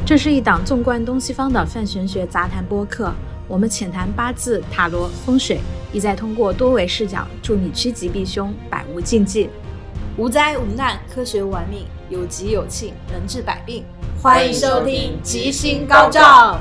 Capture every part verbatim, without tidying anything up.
这是一档纵观东西方的泛玄学杂谈播客，我们浅谈八字、塔罗、风水，意在通过多维视角助你趋吉避凶，百无禁忌。 无灾无难，科学玩命，有吉有庆，能治百病。欢迎收听吉星高照。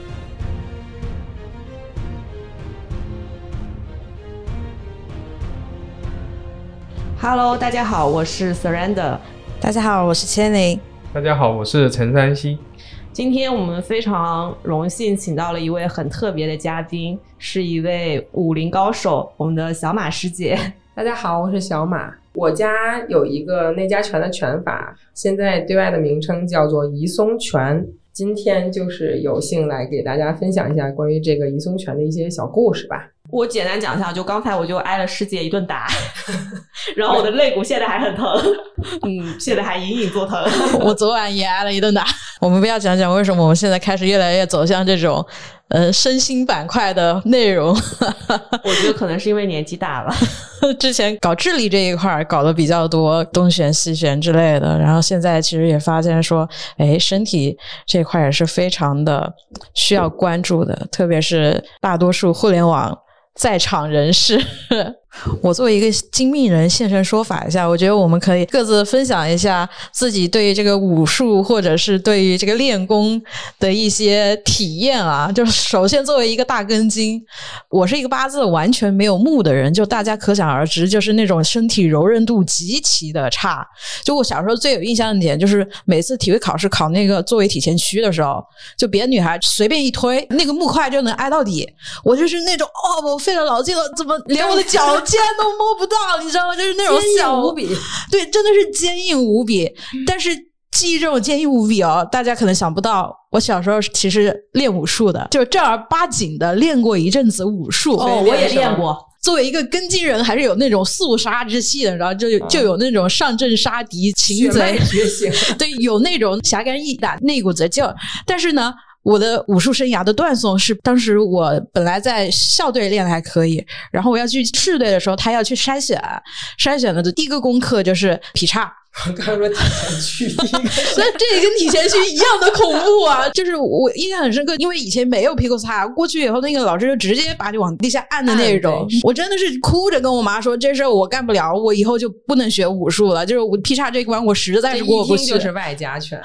Hello， 大家好，我是 Surrender。 大家好，我是千灵。 大家好，我是陈山西。 今天我们非常荣幸请到了一位很特别的嘉宾，是一位武林高手，我们的小马师姐。 大家好，我是小马。我家有一个内家拳的拳法，现在对外的名称叫做移松拳。今天就是有幸来给大家分享一下关于这个移松拳的一些小故事吧。 我简单讲一下，就刚才我就挨了师姐一顿打然后我的肋骨现在还很疼嗯，现在还隐隐作疼我昨晚也挨了一顿打。我们不要讲讲为什么我们现在开始越来越走向这种呃身心板块的内容我觉得可能是因为年纪大了之前搞智力这一块搞得比较多，东旋西旋之类的，然后现在其实也发现说哎，身体这一块也是非常的需要关注的，特别是大多数互联网在场人士我作为一个精密人现身说法一下，我觉得我们可以各自分享一下自己对于这个武术或者是对于这个练功的一些体验啊。就是首先作为一个大根筋，我是一个八字完全没有木的人，就大家可想而知，就是那种身体柔韧度极其的差。就我小时候最有印象的点就是每次体育考试考那个作为体前屈的时候，就别的女孩随便一推那个木块就能挨到底，我就是那种哦，我费了老劲了，怎么连我的脚尖都摸不到，你知道吗？就是那种坚硬无比。 对，真的是坚硬无比。但是基于这种坚硬无比哦，大家可能想不到，我小时候其实练武术的，就正儿八经的练过一阵子武术。 哦，我也练过。 作为一个根筋人，还是有那种肃杀之气的，然后就就有那种上阵杀敌、擒贼觉醒， 对，有那种侠肝义胆那股子劲儿。但是呢，我的武术生涯的断送是当时我本来在校队练的还可以，然后我要去市队的时候，他要去筛选，筛选的第一个功课就是劈叉。 我刚刚说体前屈所以这也跟体前屈一样的恐怖啊就是我印象很深刻，因为以前没有劈过叉，过去以后那个老师就直接把你往地下按的那种，我真的是哭着跟我妈说这事我干不了，我以后就不能学武术了，就是我劈叉这一关我实在是过不去。 这一听就是外家拳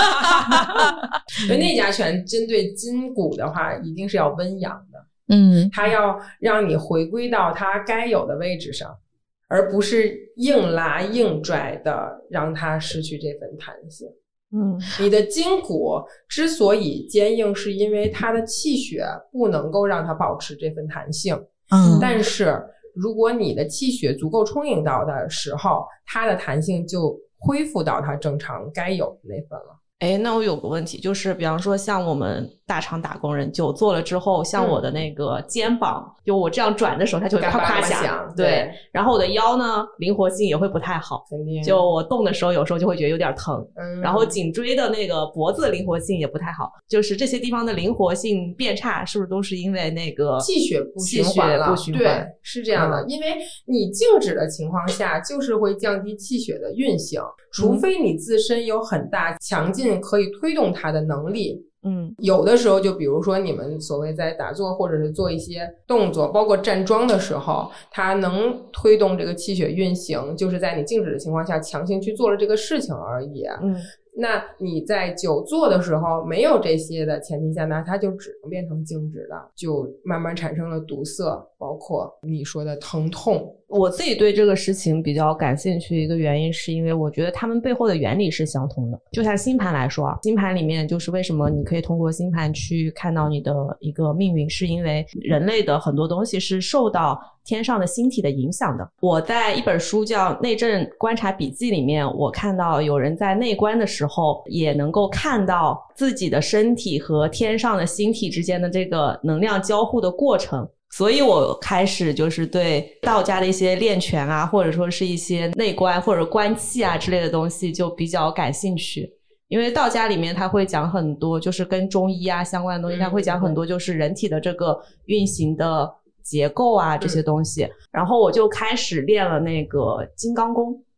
内家拳针对筋骨的话一定是要温养的， 嗯， 它要让你回归到它该有的位置上，而不是硬拉硬拽的让它失去这份弹性。 嗯， 你的筋骨之所以坚硬是因为它的气血不能够让它保持这份弹性。 嗯， 但是如果你的气血足够充盈到的时候，它的弹性就恢复到它正常该有的那份了。 哎，那我有个问题，就是比方说像我们大厂打工人久坐了之后，像我的那个肩膀、嗯、就我这样转的时候它就会咔咔响，对， 对， 然后我的腰呢灵活性也会不太好，就我动的时候有时候就会觉得有点疼、嗯、然后颈椎的那个脖子的灵活性也不太好，就是这些地方的灵活性变差，是不是都是因为那个气血不循环了？ 不循环， 对，是这样的、嗯、因为你静止的情况下就是会降低气血的运行，除非你自身有很大强劲可以推动它的能力。 嗯， 有的时候就比如说你们所谓在打坐或者是做一些动作，包括站桩的时候，它能推动这个气血运行，就是在你静止的情况下强行去做了这个事情而已。 嗯， 那你在久坐的时候没有这些的前提下呢，它就只能变成静止的，就慢慢产生了堵塞，包括你说的疼痛。 我自己对这个事情比较感兴趣一个原因是因为我觉得他们背后的原理是相同的。就像星盘来说啊，星盘里面就是为什么你可以通过星盘去看到你的一个命运，是因为人类的很多东西是受到天上的星体的影响的。我在一本书叫《内政观察笔记》里面，我看到有人在内观的时候也能够看到自己的身体和天上的星体之间的这个能量交互的过程。所以我开始就是对道家的一些练拳啊，或者说是一些内观或者观气啊之类的东西就比较感兴趣。因为道家里面他会讲很多就是跟中医啊相关的东西，他会讲很多就是人体的这个运行的结构啊这些东西。然后我就开始练了那个金刚功，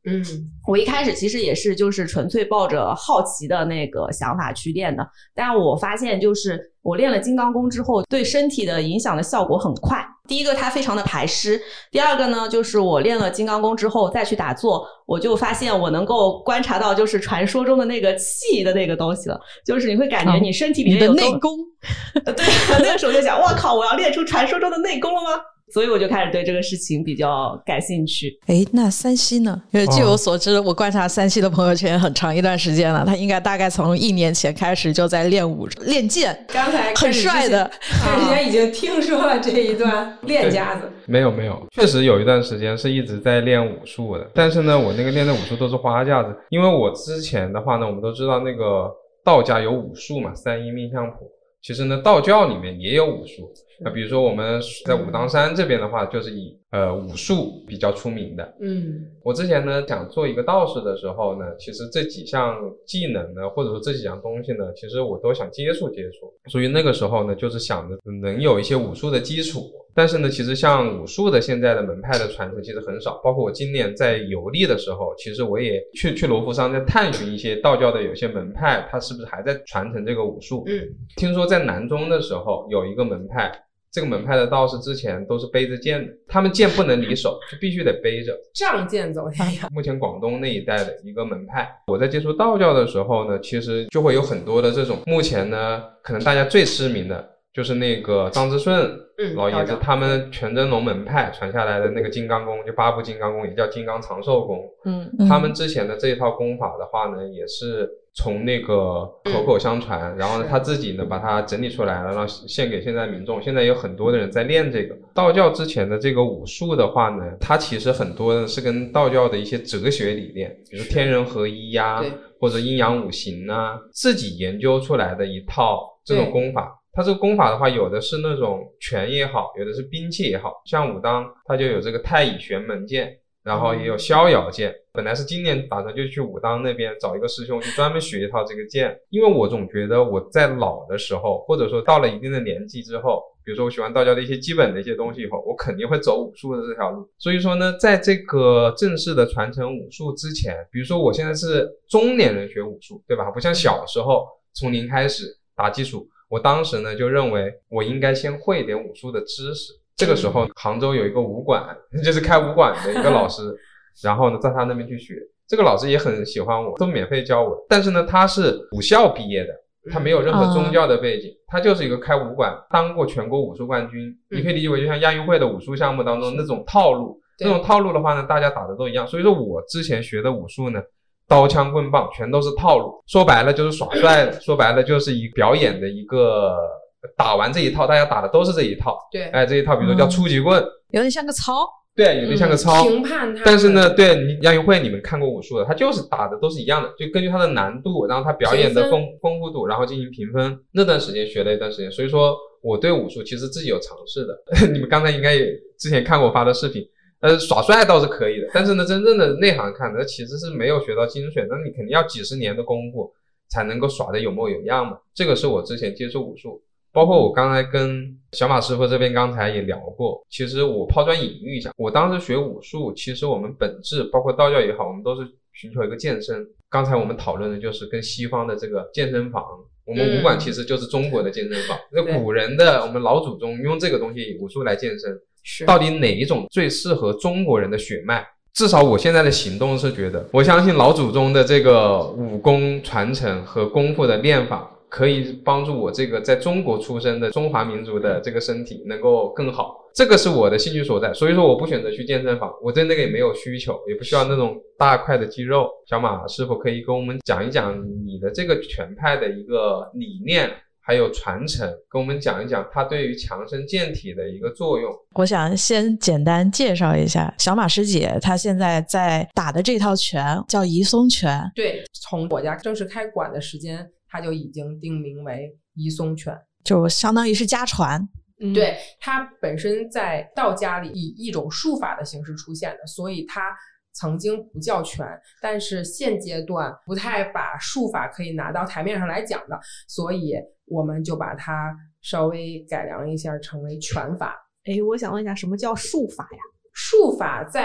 嗯， 我一开始其实也是就是纯粹抱着好奇的那个想法去练的，但我发现就是我练了金刚功之后，对身体的影响的效果很快。第一个它非常的排湿，第二个呢就是我练了金刚功之后再去打坐，我就发现我能够观察到就是传说中的那个气的那个东西了，就是你会感觉你身体里面有、 哦、你的内功对，那个时候就想哇靠，我要练出传说中的内功了吗？所以我就开始对这个事情比较感兴趣。 诶，那三希呢？因为据我所知、哦、我观察三希的朋友圈很长一段时间了，他应该大概从一年前开始就在练武练剑， 刚才很帅的开始之前已经听说了这一段练家子。 没有没有，确实有一段时间是一直在练武术的，但是呢我那个练的武术都是花架子，因为我之前的话呢，我们都知道那个道家有武术嘛，三一命相谱，其实呢道教里面也有武术。那比如说我们在武当山这边的话，就是以呃武术比较出名的。 嗯， 我之前呢想做一个道士的时候呢，其实这几项技能呢，或者说这几样东西呢，其实我都想接触接触。所以那个时候呢，就是想着能有一些武术的基础。但是呢，其实像武术的现在的门派的传承其实很少，包括我今年在游历的时候，其实我也去去罗浮山在探寻一些道教的有些门派，它是不是还在传承这个武术。 嗯， 听说在南宗的时候有一个门派，这个门派的道士之前都是背着剑的，他们剑不能离手，就必须得背着， 仗剑走天涯。 目前广东那一带的一个门派，我在接触道教的时候呢，其实就会有很多的这种，目前呢可能大家最知名的就是那个张之顺、嗯、老爷子他们全真龙门派传下来的那个金刚功，就八部金刚功，也叫金刚长寿功。 嗯， 他们之前的这一套功法的话呢，也是从那个口口相传、嗯、然后呢他自己呢把它整理出来，然后献给现在民众。现在有很多的人在练这个道教之前的这个武术的话呢，它其实很多的是跟道教的一些哲学理念，比如天人合一呀、啊，或者阴阳五行啊，自己研究出来的一套这种功法。它这个功法的话，有的是那种拳也好，有的是兵器也好，像武当它就有这个太乙玄门剑，然后也有逍遥剑。本来是今年打算就去武当那边找一个师兄去专门学一套这个剑，因为我总觉得我在老的时候，或者说到了一定的年纪之后，比如说我喜欢道教的一些基本的一些东西以后，我肯定会走武术的这条路。所以说呢，在这个正式的传承武术之前，比如说我现在是中年人学武术，对吧？不像小时候从零开始打基础，我当时呢就认为我应该先会一点武术的知识。这个时候杭州有一个武馆，就是开武馆的一个老师，然后呢在他那边去学，这个老师也很喜欢我，都免费教我。但是呢他是武校毕业的，他没有任何宗教的背景、嗯、他就是一个开武馆，当过全国武术冠军、嗯、你可以理解为就像亚运会的武术项目当中那种套路，那种套路的话呢大家打的都一样。所以说我之前学的武术呢，刀枪棍棒全都是套路，说白了就是耍帅的，说白了就是一表演的一个，打完这一套大家打的都是这一套。 对， 哎，这一套比如说叫初级棍、嗯、 有点像个操。 对，有点像个操、 嗯、评判他。 但是呢，对，你亚运会你们看过武术的，他就是打的都是一样的，就根据他的难度，然后他表演的丰丰富度，然后进行评分。那段时间学了一段时间，所以说我对武术其实自己有尝试的。你们刚才应该也之前看过我发的视频，呃，耍帅倒是可以的，但是呢，真正的内行看的其实是没有学到精髓，那你肯定要几十年的功夫才能够耍的有模有样嘛。这个是我之前接触武术。包括我刚才跟小马师傅这边刚才也聊过，其实我抛砖引玉一下，我当时学武术，其实我们本质包括道教也好，我们都是寻求一个健身。刚才我们讨论的就是跟西方的这个健身房，我们武馆其实就是中国的健身房。那、嗯、古人的我们老祖宗用这个东西武术来健身，是到底哪一种最适合中国人的血脉？至少我现在的行动是觉得，我相信老祖宗的这个武功传承和功夫的练法可以帮助我这个在中国出生的中华民族的这个身体能够更好，这个是我的兴趣所在。所以说我不选择去健身房，我对那个也没有需求，也不需要那种大块的肌肉。小马师傅可以跟我们讲一讲你的这个拳派的一个理念还有传承，跟我们讲一讲它对于强身健体的一个作用。 我想先简单介绍一下小马师姐，她现在在打的这套拳叫移松拳。 对，从我家正式开馆的时间它就已经定名为移松拳， 就相当于是家传。 嗯、对，它本身在道家里以一种术法的形式出现的，所以它曾经不叫拳，但是现阶段不太把术法可以拿到台面上来讲的，所以我们就把它稍微改良一下成为拳法。 诶，我想问一下，什么叫术法呀？ 术法在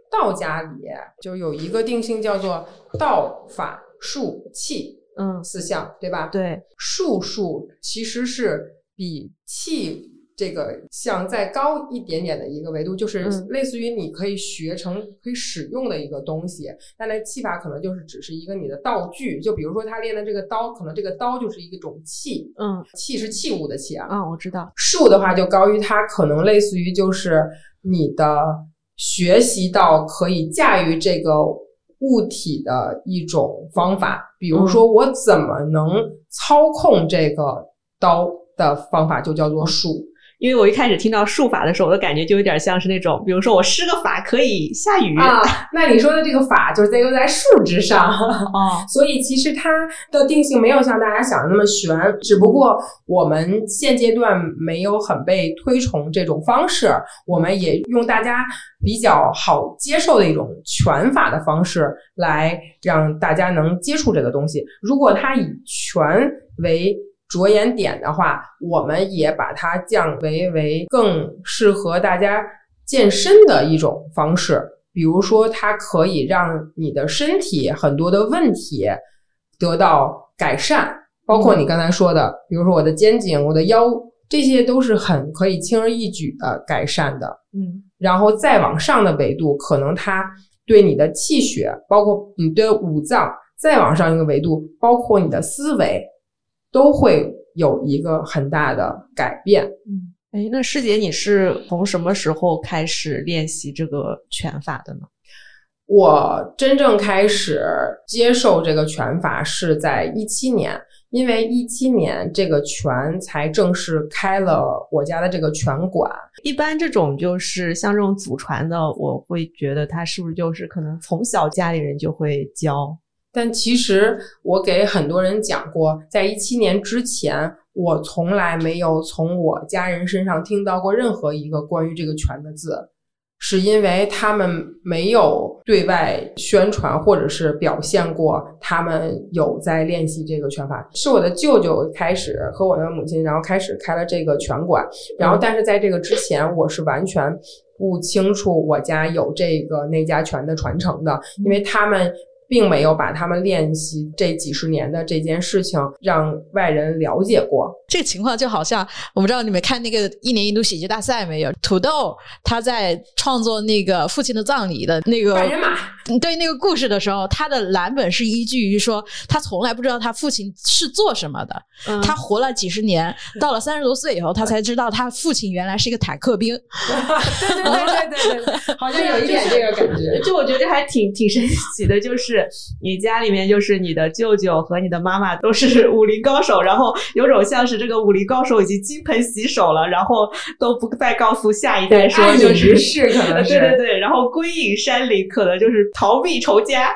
道家里就有一个定性叫做道法术气， 嗯， 四项，对吧？ 对， 术数其实是比气这个项再高一点点的一个维度，就是类似于你可以学成可以使用的一个东西，但那气法可能就是只是一个你的道具，就比如说他练的这个刀，可能这个刀就是一种气， 嗯，气是器物的气啊， 嗯，我知道。 术的话就高于它，可能类似于就是你的学习到可以驾驭这个物体的一种方法，比如说我怎么能操控这个刀的方法就叫做术。 因为我一开始听到术法的时候，我的感觉就有点像是那种，比如说我施个法可以下雨啊，那你说的这个法就是在用在术之上哦， 所以其实它的定性没有像大家想的那么玄，只不过我们现阶段没有很被推崇这种方式，我们也用大家比较好接受的一种拳法的方式来让大家能接触这个东西。如果它以拳为着眼点的话，我们也把它降为为更适合大家健身的一种方式，比如说它可以让你的身体很多的问题得到改善，包括你刚才说的，比如说我的肩颈、我的腰，这些都是很可以轻而易举的改善的。 嗯， 然后再往上的维度，可能它对你的气血，包括你的五脏，再往上一个维度，包括你的思维，都会有一个很大的改变。 嗯，哎，那师姐你是从什么时候开始练习这个拳法的呢？ 我真正开始接受这个拳法是在一七年，因为一七年这个拳才正式开了我家的这个拳馆。 一般这种就是像这种祖传的，我会觉得他是不是就是可能从小家里人就会教。 但其实我给很多人讲过，在一七年之前，我从来没有从我家人身上听到过任何一个关于这个拳的字，是因为他们没有对外宣传或者是表现过他们有在练习这个拳法。是我的舅舅开始和我的母亲，然后开始开了这个拳馆，然后但是在这个之前，我是完全不清楚我家有这个内家拳的传承的，因为他们并没有把他们练习这几十年的这件事情让外人了解过。 这个情况就好像，我不知道你们看那个一年一度喜剧大赛没有？土豆他在创作那个父亲的葬礼的那个半人马， 对那个故事的时候，他的蓝本是依据于说他从来不知道他父亲是做什么的，嗯、他活了几十年，到了三十多岁以后，他才知道他父亲原来是一个坦克兵。 对对对对对对，好像有一点这个感觉。 就我觉得这还挺挺神奇的，就是你家里面就是你的舅舅和你的妈妈都是武林高手，然后有种像是这个武林高手已经金盆洗手了，然后都不再告诉下一代说就是是可能是对对对，然后归隐山林，可能就是逃避仇家。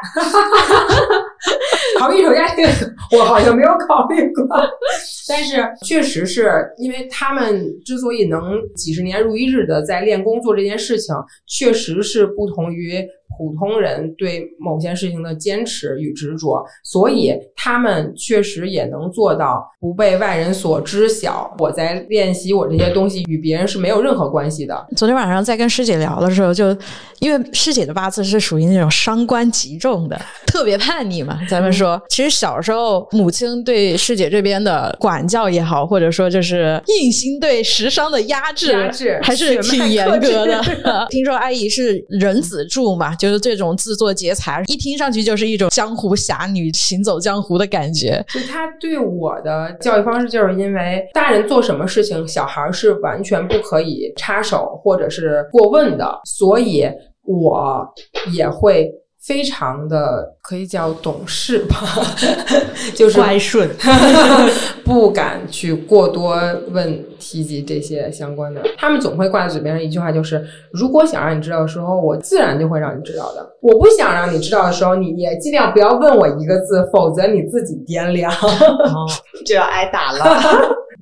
逃避仇家这个我好像没有考虑过，但是确实是因为他们之所以能几十年如一日的在练功做这件事情，确实是不同于普通人对某件事情的坚持与执着，所以他们确实也能做到不被外人所知晓。我在练习我这些东西与别人是没有任何关系的。 昨天晚上在跟师姐聊的时候，就因为师姐的八字是属于那种伤官极重的，特别叛逆嘛。咱们说，其实小时候母亲对师姐这边的管教也好，或者说就是硬心对食伤的压制， 压制还是挺严格的。听说阿姨是人子柱嘛，就是这种自作劫财，一听上去就是一种江湖侠女行走江湖的感觉。 就他对我的教育方式，就是因为大人做什么事情，小孩是完全不可以插手或者是过问的，所以我也会非常的可以叫懂事吧，就是乖顺， 不敢去过多问提及这些相关的。他们总会挂在嘴边上一句话，就是如果想让你知道的时候，我自然就会让你知道的；我不想让你知道的时候，你也尽量不要问我一个字，否则你自己掂量。 哦，就要挨打了。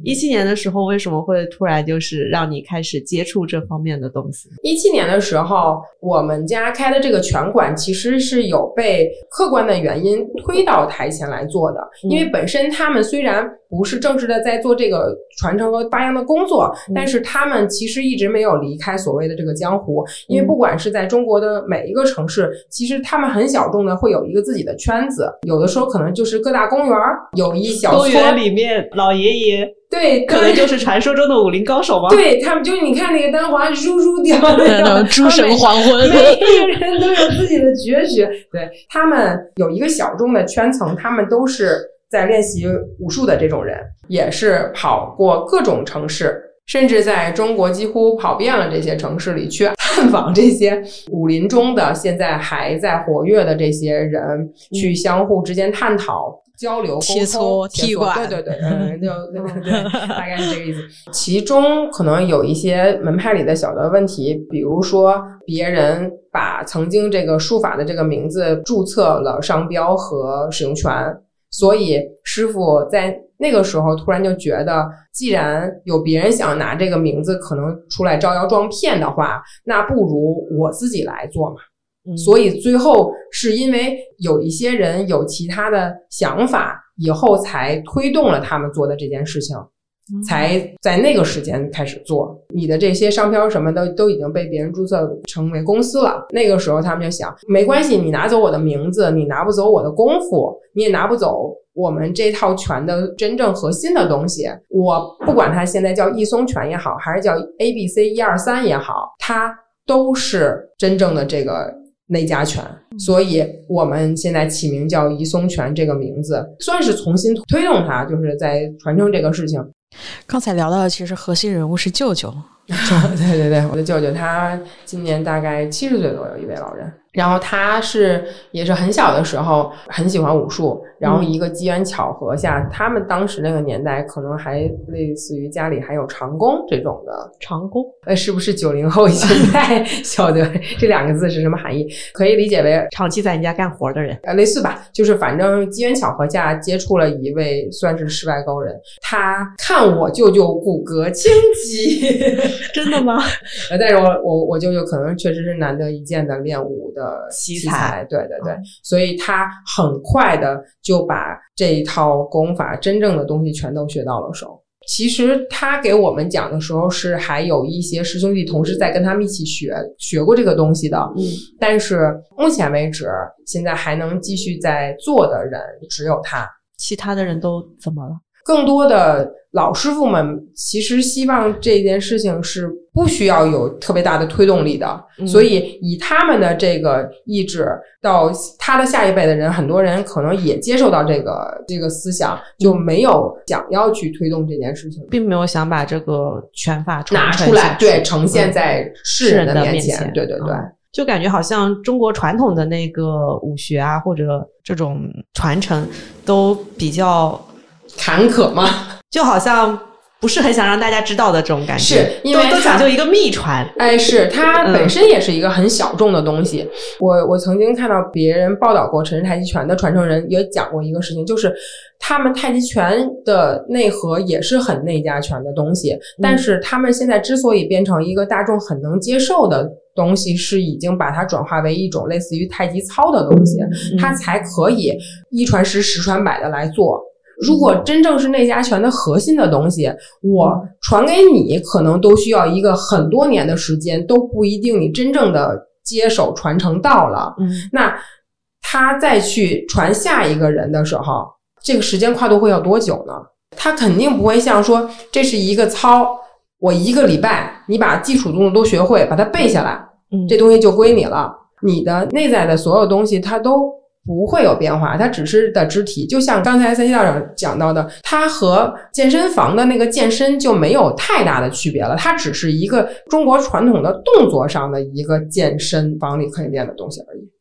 一七年的时候为什么会突然就是让你开始接触这方面的东西？ 一七年的时候，我们家开的这个拳馆其实是有被客观的原因推到台前来做的，因为本身他们虽然不是正式的在做这个传承和发扬的工作，嗯、但是他们其实一直没有离开所谓的这个江湖，因为不管是在中国的每一个城市，其实他们很小众的会有一个自己的圈子，有的时候可能就是各大公园有一小公园里面老爷爷。 对， 可能就是传说中的武林高手吗？ 对，他们就是你看那个丹华如如掉那种诸神黄昏， 每一个人都有自己的绝学。对，他们有一个小众的圈层，他们都是在练习武术的这种人，也是跑过各种城市，甚至在中国几乎跑遍了这些城市里去探访这些武林中的现在还在活跃的这些人，嗯、去相互之间探讨。交流、 切磋、踢馆， 对对对，嗯，就对对对，大概是这个意思。其中可能有一些门派里的小的问题，比如说别人把曾经这个术法的这个名字注册了商标和使用权，所以师傅在那个时候突然就觉得，既然有别人想拿这个名字可能出来招摇撞骗的话，那不如我自己来做嘛。嗯、所以最后是因为有一些人有其他的想法，以后才推动了他们做的这件事情，嗯、才在那个时间开始做。你的这些商标什么的都已经被别人注册成为公司了，那个时候他们就想，没关系，你拿走我的名字，你拿不走我的功夫，你也拿不走我们这套拳的真正核心的东西。我不管它现在叫易松拳也好，还是叫 A B C 一二三也好，它都是真正的这个内家拳，所以我们现在起名叫宜松拳这个名字，算是重新推动它，就是在传承这个事情。 刚才聊到的其实核心人物是舅舅。 对对对，我的舅舅他今年大概七十岁左右一位老人，然后他是也是很小的时候很喜欢武术，然后一个机缘巧合下、嗯、他们当时那个年代可能还类似于家里还有长工这种的。 长工呃，是不是九零后已经在晓得这两个字是什么含义？可以理解为长期在人家干活的人， 呃，类似吧，就是反正机缘巧合下接触了一位算是世外高人，他看我舅舅骨骼清奇。 真的吗？ 呃，但是我我我舅舅可能确实是难得一见的练武的奇才，对对对、嗯，所以他很快的就把这一套功法真正的东西全都学到了手。其实他给我们讲的时候是还有一些师兄弟同事在跟他们一起学学过这个东西的，嗯，但是目前为止现在还能继续在做的人只有他， 其他的人都怎么了？ 更多的老师傅们其实希望这件事情是不需要有特别大的推动力的、嗯、所以以他们的这个意志到他的下一辈的人，很多人可能也接受到这个这个思想，就没有想要去推动这件事情， 并没有想把这个拳法拿出来，对，呈现在世人的面前，对对对、嗯， 就感觉好像中国传统的那个武学啊，或者这种传承都比较坎坷吗？ 就好像不是很想让大家知道的这种感觉， 是因为都都讲究一个秘传。 哎，是它本身也是一个很小众的东西。嗯、我我曾经看到别人报道过陈氏太极拳的传承人也讲过一个事情，就是他们太极拳的内核也是很内家拳的东西、嗯，但是他们现在之所以变成一个大众很能接受的东西，是已经把它转化为一种类似于太极操的东西，嗯、它才可以一传十十传百的来做。如果真正是内家拳的核心的东西，我传给你可能都需要一个很多年的时间，都不一定你真正的接手传承到了。嗯，那他再去传下一个人的时候，这个时间跨度会要多久呢？他肯定不会像说这是一个操，我一个礼拜你把基础动作都学会，把它背下来，嗯，这东西就归你了。你的内在的所有东西它都不会有变化，它只是的肢体，就像刚才三七道长讲到的，它和健身房的那个健身就没有太大的区别了，它只是一个中国传统的动作上的一个健身房里可以练的东西而已。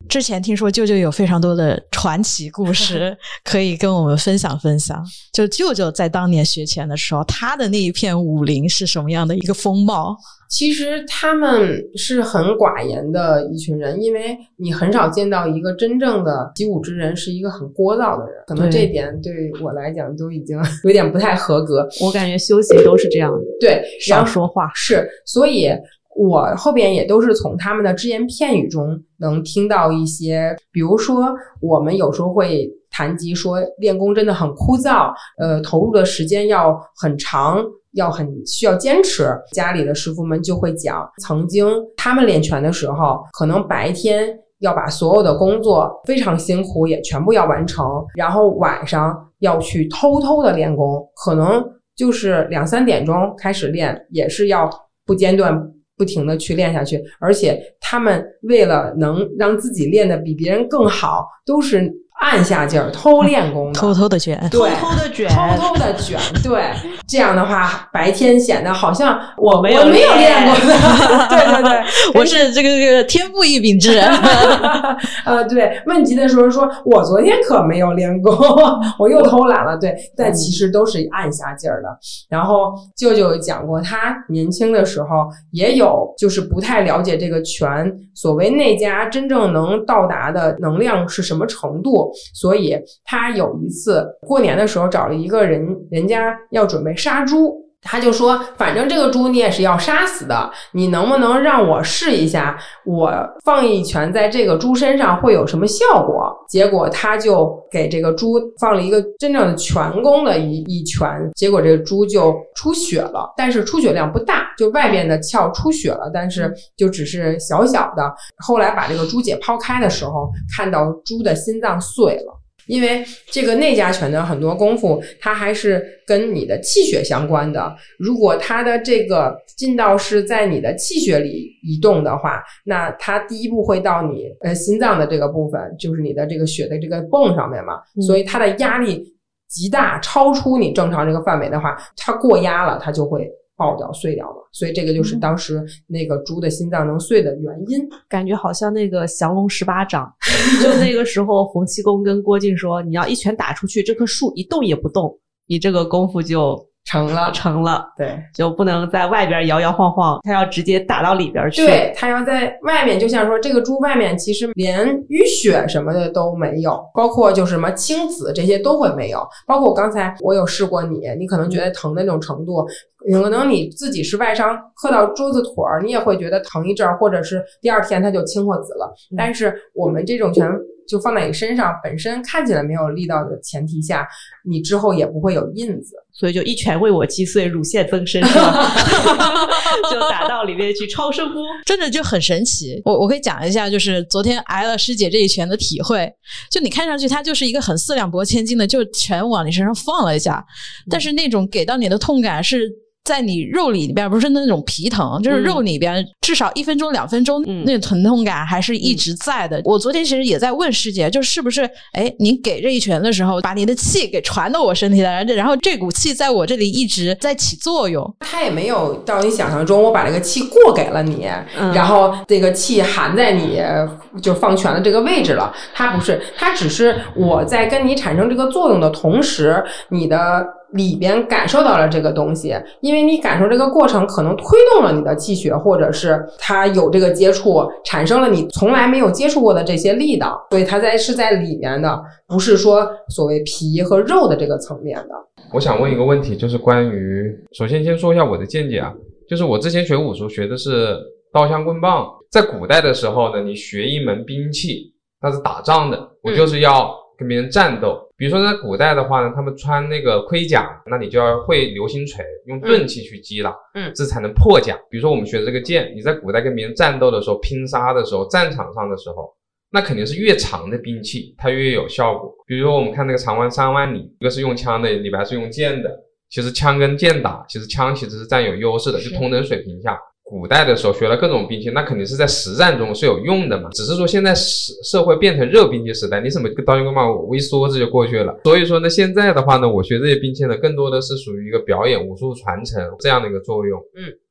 之前听说舅舅有非常多的传奇故事可以跟我们分享分享，就舅舅在当年学拳的时候，他的那一片武林是什么样的一个风貌？ 其实他们是很寡言的一群人，因为你很少见到一个真正的习武之人是一个很聒噪的人，可能这一点对我来讲都已经有点不太合格。 我感觉修行都是这样的， 对， 少说话。 是，所以我后边也都是从他们的只言片语中能听到一些，比如说我们有时候会谈及说练功真的很枯燥，呃，投入的时间要很长，要很需要坚持。家里的师傅们就会讲，曾经他们练拳的时候，可能白天要把所有的工作非常辛苦也全部要完成，然后晚上要去偷偷的练功，可能就是两三点钟开始练，也是要不间断不停的去练下去，而且他们为了能让自己练得比别人更好，都是按下劲儿偷练功的， 偷偷的卷， 对， 偷偷的卷， 偷偷的卷，对，这样的话白天显得好像我没有我没有练过的，对对对， 我是这个这个天赋异禀之人。 呃，对，问及的时候说我昨天可没有练功，我又偷懒了，对，但其实都是按下劲儿的。然后舅舅讲过，他年轻的时候也有就是不太了解这个拳所谓内家真正能到达的能量是什么程度，所以他有一次过年的时候找了一个人，人家要准备杀猪，他就说反正这个猪你也是要杀死的，你能不能让我试一下，我放一拳在这个猪身上会有什么效果。结果他就给这个猪放了一个真正的拳功的一一拳，结果这个猪就出血了，但是出血量不大，就外边的鞘出血了，但是就只是小小的。后来把这个猪解剖开的时候，看到猪的心脏碎了。因为这个内家拳的很多功夫它还是跟你的气血相关的，如果它的这个劲道是在你的气血里移动的话，那它第一步会到你呃心脏的这个部分，就是你的这个血的这个泵上面嘛、嗯、所以它的压力极大，超出你正常这个范围的话，它过压了它就会爆掉碎掉了，所以这个就是当时那个猪的心脏能碎的原因。 感觉好像那个降龙十八掌，就那个时候洪七公跟郭靖说，你要一拳打出去，这棵树一动也不动，你这个功夫就成了成了， 对， 就不能在外边摇摇晃晃，他要直接打到里边去。 对，他要在外面，就像说这个猪外面其实连淤血什么的都没有，包括就是什么青紫这些都会没有，包括我刚才我有试过你，你可能觉得疼的那种程度，可能你自己是外伤磕到桌子腿儿，你也会觉得疼一阵儿，或者是第二天它就青或紫了、嗯、但是我们这种拳就放在你身上，本身看起来没有力道的前提下，你之后也不会有印子， 所以就一拳为我击碎，乳腺增生是吧？就打到里面去超声波， 真的就很神奇。我我可以讲一下，就是昨天挨了师姐这一拳的体会。就你看上去它就是一个很四两拨千斤的，就拳往你身上放了一下，但是那种给到你的痛感是在你肉里边，不是那种皮疼，就是肉里边至少一分钟两分钟、嗯、那种疼痛感还是一直在的、嗯、我昨天其实也在问师姐，就是不是哎，你给这一拳的时候把你的气给传到我身体来，然后这股气在我这里一直在起作用。 他也没有到你想象中我把这个气过给了你、嗯、然后这个气含在你就放拳的这个位置了，他不是，他只是我在跟你产生这个作用的同时，你的里边感受到了这个东西，因为你感受这个过程可能推动了你的气血，或者是它有这个接触产生了你从来没有接触过的这些力道，所以它在是在里面的，不是说所谓皮和肉的这个层面的。 我想问一个问题，就是关于，首先先说一下我的见解啊，就是我之前学武术学的是刀枪棍棒，在古代的时候呢，你学一门兵器它是打仗的，我就是要跟别人战斗、嗯、比如说在古代的话呢，他们穿那个盔甲，那你就要会流星锤，用钝器去击打，嗯，这才能破甲。比如说我们学的这个剑，你在古代跟别人战斗的时候，拼杀的时候，战场上的时候，那肯定是越长的兵器它越有效果。比如说我们看那个长弯三万里，一个是用枪的，里边是用剑的，其实枪跟剑打，其实枪其实是占有优势的，就同等水平下。古代的时候学了各种兵器，那肯定是在实战中是有用的嘛，只是说现在社会变成热兵器时代，你什么刀枪棍棒我一梭子就过去了。所以说呢，现在的话呢，我学这些兵器呢，更多的是属于一个表演武术传承这样的一个作用。嗯，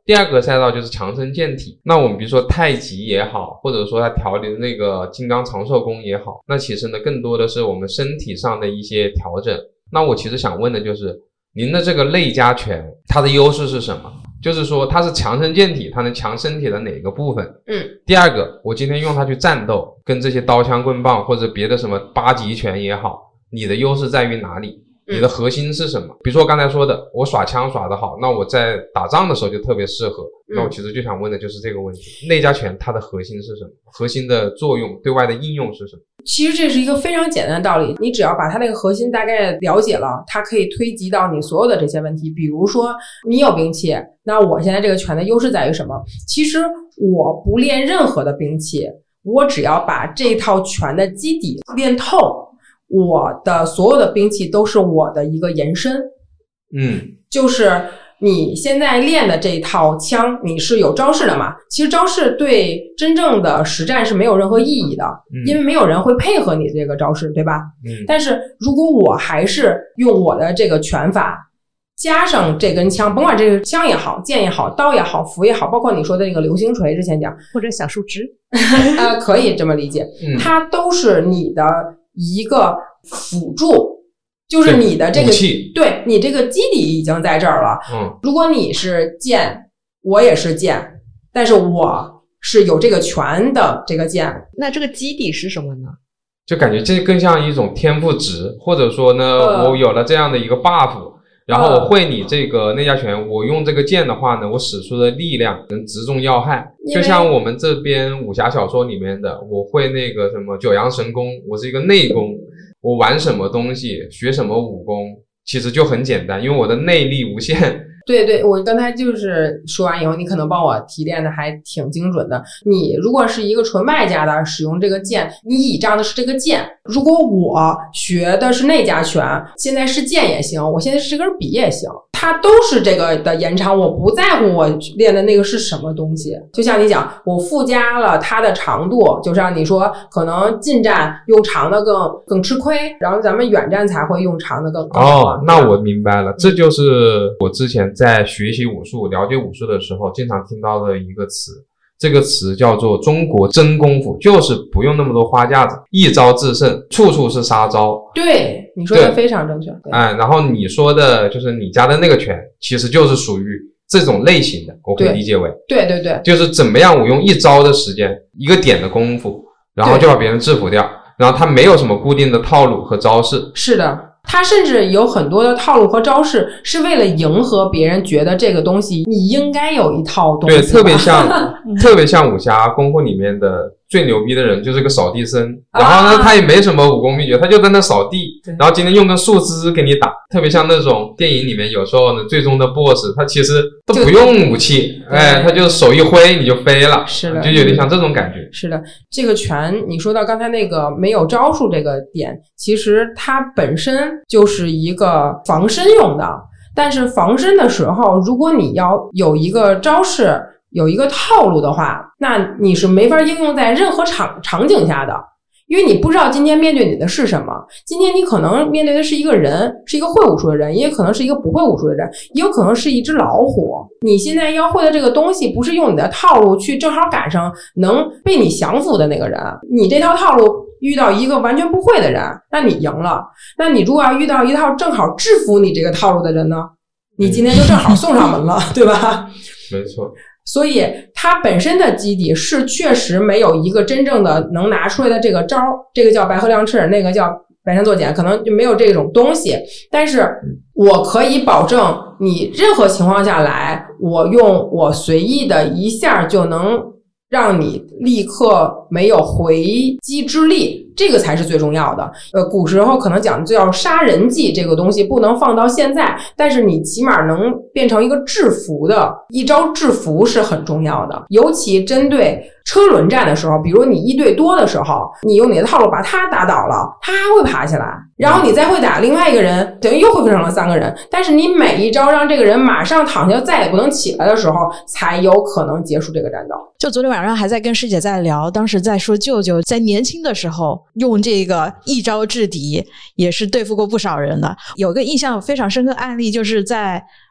第二个赛道就是强身健体，那我们比如说太极也好，或者说它调理的那个金刚长寿功也好，那其实呢更多的是我们身体上的一些调整。那我其实想问的就是您的这个内家拳它的优势是什么？就是说它是强身健体，它能强身体的哪个部分？ 嗯。 第二个，我今天用它去战斗，跟这些刀枪棍棒或者别的什么八极拳也好，你的优势在于哪里？你的核心是什么？比如说我刚才说的，我耍枪耍得好，那我在打仗的时候就特别适合。那我其实就想问的就是这个问题，内家拳它的核心是什么？核心的作用，对外的应用是什么？ 其实这是一个非常简单的道理，你只要把它那个核心大概了解了，它可以推及到你所有的这些问题。比如说你有兵器，那我现在这个拳的优势在于什么？其实我不练任何的兵器，我只要把这套拳的基底练透，我的所有的兵器都是我的一个延伸。 嗯， 就是你现在练的这一套枪，你是有招式的嘛？其实招式对真正的实战是没有任何意义的， 嗯、 因为没有人会配合你这个招式，对吧？ 嗯。 但是如果我还是用我的这个拳法，加上这根枪，甭管这个枪也好，剑也好，刀也好，斧也好，包括你说的那个流星锤，之前讲或者小树枝， 呃，可以这么理解， 嗯、 它都是你的一个辅助。就是你的这个，对，你这个基底已经在这儿了。 嗯， 如果你是剑，我也是剑，但是我是有这个拳的这个剑。 那这个基底是什么呢？ 就感觉这更像一种天赋值，或者说呢，呃、我有了这样的一个 buff， 然后我会你这个内家拳，我用这个剑的话呢，我使出的力量能直中要害。就像我们这边武侠小说里面的，我会那个什么九阳神功，我是一个内功。我玩什么东西，学什么武功，其实就很简单，因为我的内力无限。 对对，我刚才就是说完以后，你可能帮我提炼的还挺精准的。你如果是一个纯外家的使用这个剑，你倚仗的是这个剑。如果我学的是内家拳，现在是剑也行，我现在是这根笔也行，它都是这个的延长，我不在乎我练的那个是什么东西。就像你讲，我附加了它的长度，就像你说可能近战用长的更更吃亏，然后咱们远战才会用长的更更好。 哦，那我明白了，这就是我之前在学习武术了解武术的时候经常听到的一个词，这个词叫做中国真功夫，就是不用那么多花架子，一招制胜，处处是杀招。 对，你说的非常正确。 哎，然后你说的就是你家的那个拳其实就是属于这种类型的，我可以理解为对对对， 就是怎么样我用一招的时间一个点的功夫，然后就把别人制服掉，然后他没有什么固定的套路和招式。 是的，他甚至有很多的套路和招式是为了迎合别人觉得这个东西你应该有一套东西。 对，特别像特别像武侠功夫里面的最牛逼的人就是个扫地僧，然后呢、啊、他也没什么武功秘诀，他就在那扫地，然后今天用根树枝给你打。特别像那种电影里面有时候呢最终的 boss 他其实都不用武器，哎，他就手一挥你就飞了。 是的， 就有点像这种感觉。 是的，这个拳你说到刚才那个没有招数这个点，其实它本身就是一个防身用的，但是防身的时候如果你要有一个招式有一个套路的话，那你是没法应用在任何场场景下的，因为你不知道今天面对你的是什么。今天你可能面对的是一个人，是一个会武术的人，也可能是一个不会武术的人，也有可能是一只老虎。你现在要会的这个东西不是用你的套路去正好赶上能被你降服的那个人，你这套套路遇到一个完全不会的人，那你赢了。那你如果要遇到一套正好制服你这个套路的人呢，你今天就正好送上门了，对吧？ 没错。 所以它本身的基底是确实没有一个真正的能拿出来的这个招，这个叫白鹤亮翅，那个叫白山作剪，可能就没有这种东西。但是我可以保证你任何情况下来，我用我随意的一下就能让你立刻没有回击之力，这个才是最重要的。呃，古时候可能讲就叫杀人技，这个东西不能放到现在，但是你起码能变成一个制服的，一招制服是很重要的。尤其针对车轮战的时候，比如你一对多的时候，你用你的套路把他打倒了，他还会爬起来，然后你再会打另外一个人，等于又会分成了三个人。但是你每一招让这个人马上躺下再也不能起来的时候，才有可能结束这个战斗。 就昨天晚上还在跟师姐在聊，当时在说舅舅在年轻的时候用这个一招制敌也是对付过不少人的。有个印象非常深刻案例，就是在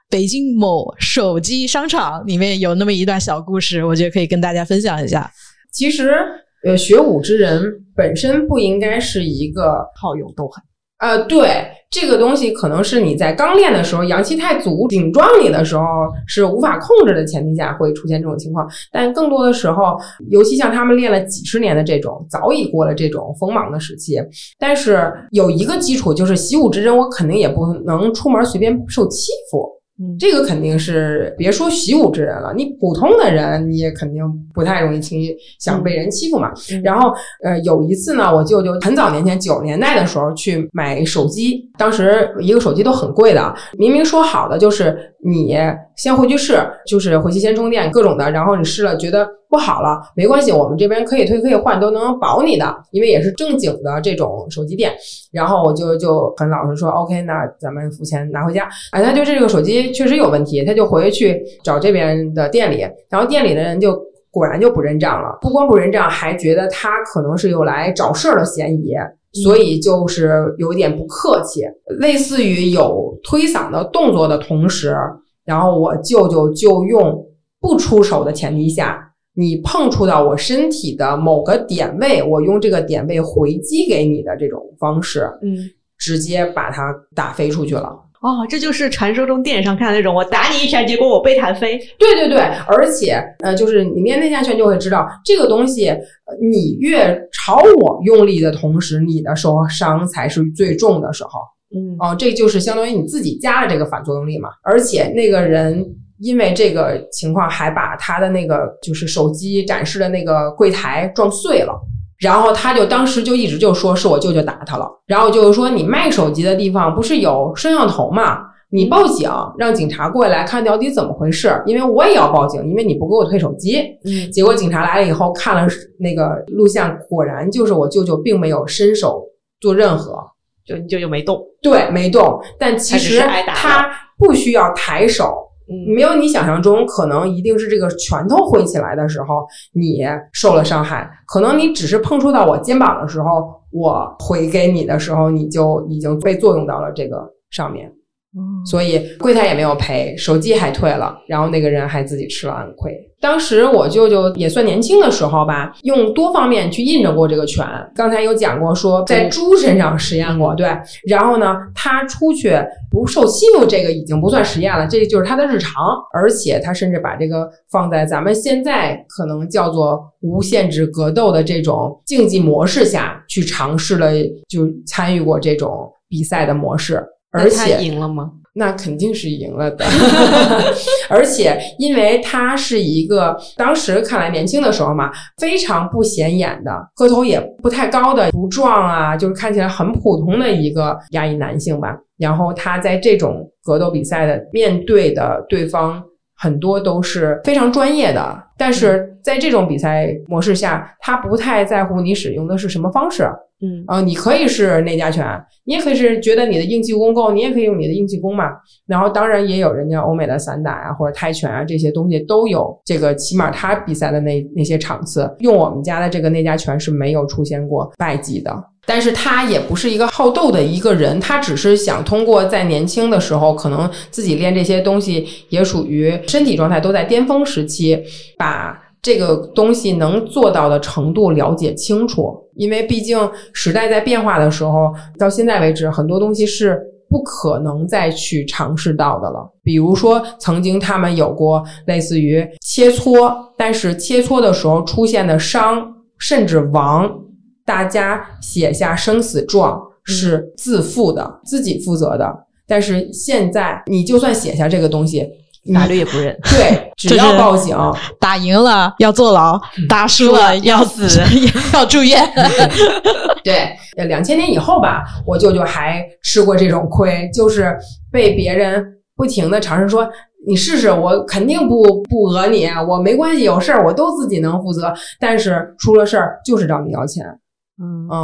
北京某手机商场里面有那么一段小故事，我觉得可以跟大家分享一下。 其实呃，学武之人本身不应该是一个好勇斗狠。 呃，对，这个东西可能是你在刚练的时候，阳气太足，顶撞你的时候是无法控制的前提下会出现这种情况。但更多的时候，尤其像他们练了几十年的这种，早已过了这种锋芒的时期。但是有一个基础，就是习武之人，我肯定也不能出门随便受欺负。这个肯定是别说习武之人了，你普通的人你也肯定不太容易轻易想被人欺负嘛。嗯、然后呃有一次呢，我舅舅很早年前九十年代的时候去买手机，当时一个手机都很贵的，明明说好的就是你先回去试，就是回去先充电各种的，然后你试了觉得不好了没关系，我们这边可以退可以换都能保你的，因为也是正经的这种手机店。然后我就就很老实说 OK 那咱们付钱拿回家。哎，他就这个手机确实有问题，他就回去找这边的店里，然后店里的人就果然就不认账了，不光不认账，还觉得他可能是有来找事儿的嫌疑，所以就是有点不客气，类似于有推搡的动作的同时，然后我舅舅就用不出手的前提下，你碰触到我身体的某个点位，我用这个点位回击给你的这种方式，嗯，直接把它打飞出去了。 哦，这就是传说中电影上看的那种，我打你一拳，结果我被弹飞。 对对对，而且呃，就是你练内家拳就会知道，这个东西，你越朝我用力的同时，你的受伤才是最重的时候。嗯，哦、呃，这就是相当于你自己加了这个反作用力嘛。而且那个人因为这个情况，还把他的那个就是手机展示的那个柜台撞碎了。然后他就当时就一直就说是我舅舅打他了，然后就是说你卖手机的地方不是有摄像头吗？你报警，让警察过来看到底怎么回事，因为我也要报警，因为你不给我退手机。嗯，结果警察来了以后看了那个录像，果然就是我舅舅并没有伸手做任何， 就你舅舅没动。 对，没动，但其实他不需要抬手。没有你想象中可能一定是这个拳头挥起来的时候你受了伤害，可能你只是碰触到我肩膀的时候，我回给你的时候你就已经被作用到了这个上面。所以柜台也没有赔，手机还退了，然后那个人还自己吃了暗亏。当时我舅舅也算年轻的时候吧，用多方面去印证过这个拳。刚才有讲过说在猪身上实验过，对，然后呢他出去不受欺负，这个已经不算实验了，这就是他的日常。而且他甚至把这个放在咱们现在可能叫做无限制格斗的这种竞技模式下去尝试了，就参与过这种比赛的模式。而且他赢了吗？ 那肯定是赢了的。而且因为他是一个当时看来年轻的时候嘛，非常不显眼的，个头也不太高的，不壮啊，就是看起来很普通的一个亚裔男性吧。然后他在这种格斗比赛的面对的对方很多都是非常专业的，但是在这种比赛模式下，他不太在乎你使用的是什么方式。嗯，呃，你可以是内家拳，你也可以是觉得你的硬气功够，你也可以用你的硬气功嘛。然后当然也有人家欧美的散打啊，或者泰拳啊，这些东西都有这个，起码他比赛的那那些场次，用我们家的这个内家拳是没有出现过败绩的。但是他也不是一个好斗的一个人，他只是想通过在年轻的时候，可能自己练这些东西也属于身体状态都在巅峰时期，把这个东西能做到的程度了解清楚。因为毕竟时代在变化的时候，到现在为止很多东西是不可能再去尝试到的了。比如说曾经他们有过类似于切磋，但是切磋的时候出现的伤甚至亡，大家写下生死状是自负的、嗯、自己负责的。但是现在你就算写下这个东西， 法律也不认。 对，只要报警， 打赢了要坐牢，打输了要死，要住院。 对，两千年以后吧，我舅舅还吃过这种亏，就是被别人不停的尝试说你试试，我肯定不不讹你，我没关系，有事儿我都自己能负责，但是出了事儿就是找你要钱。嗯嗯，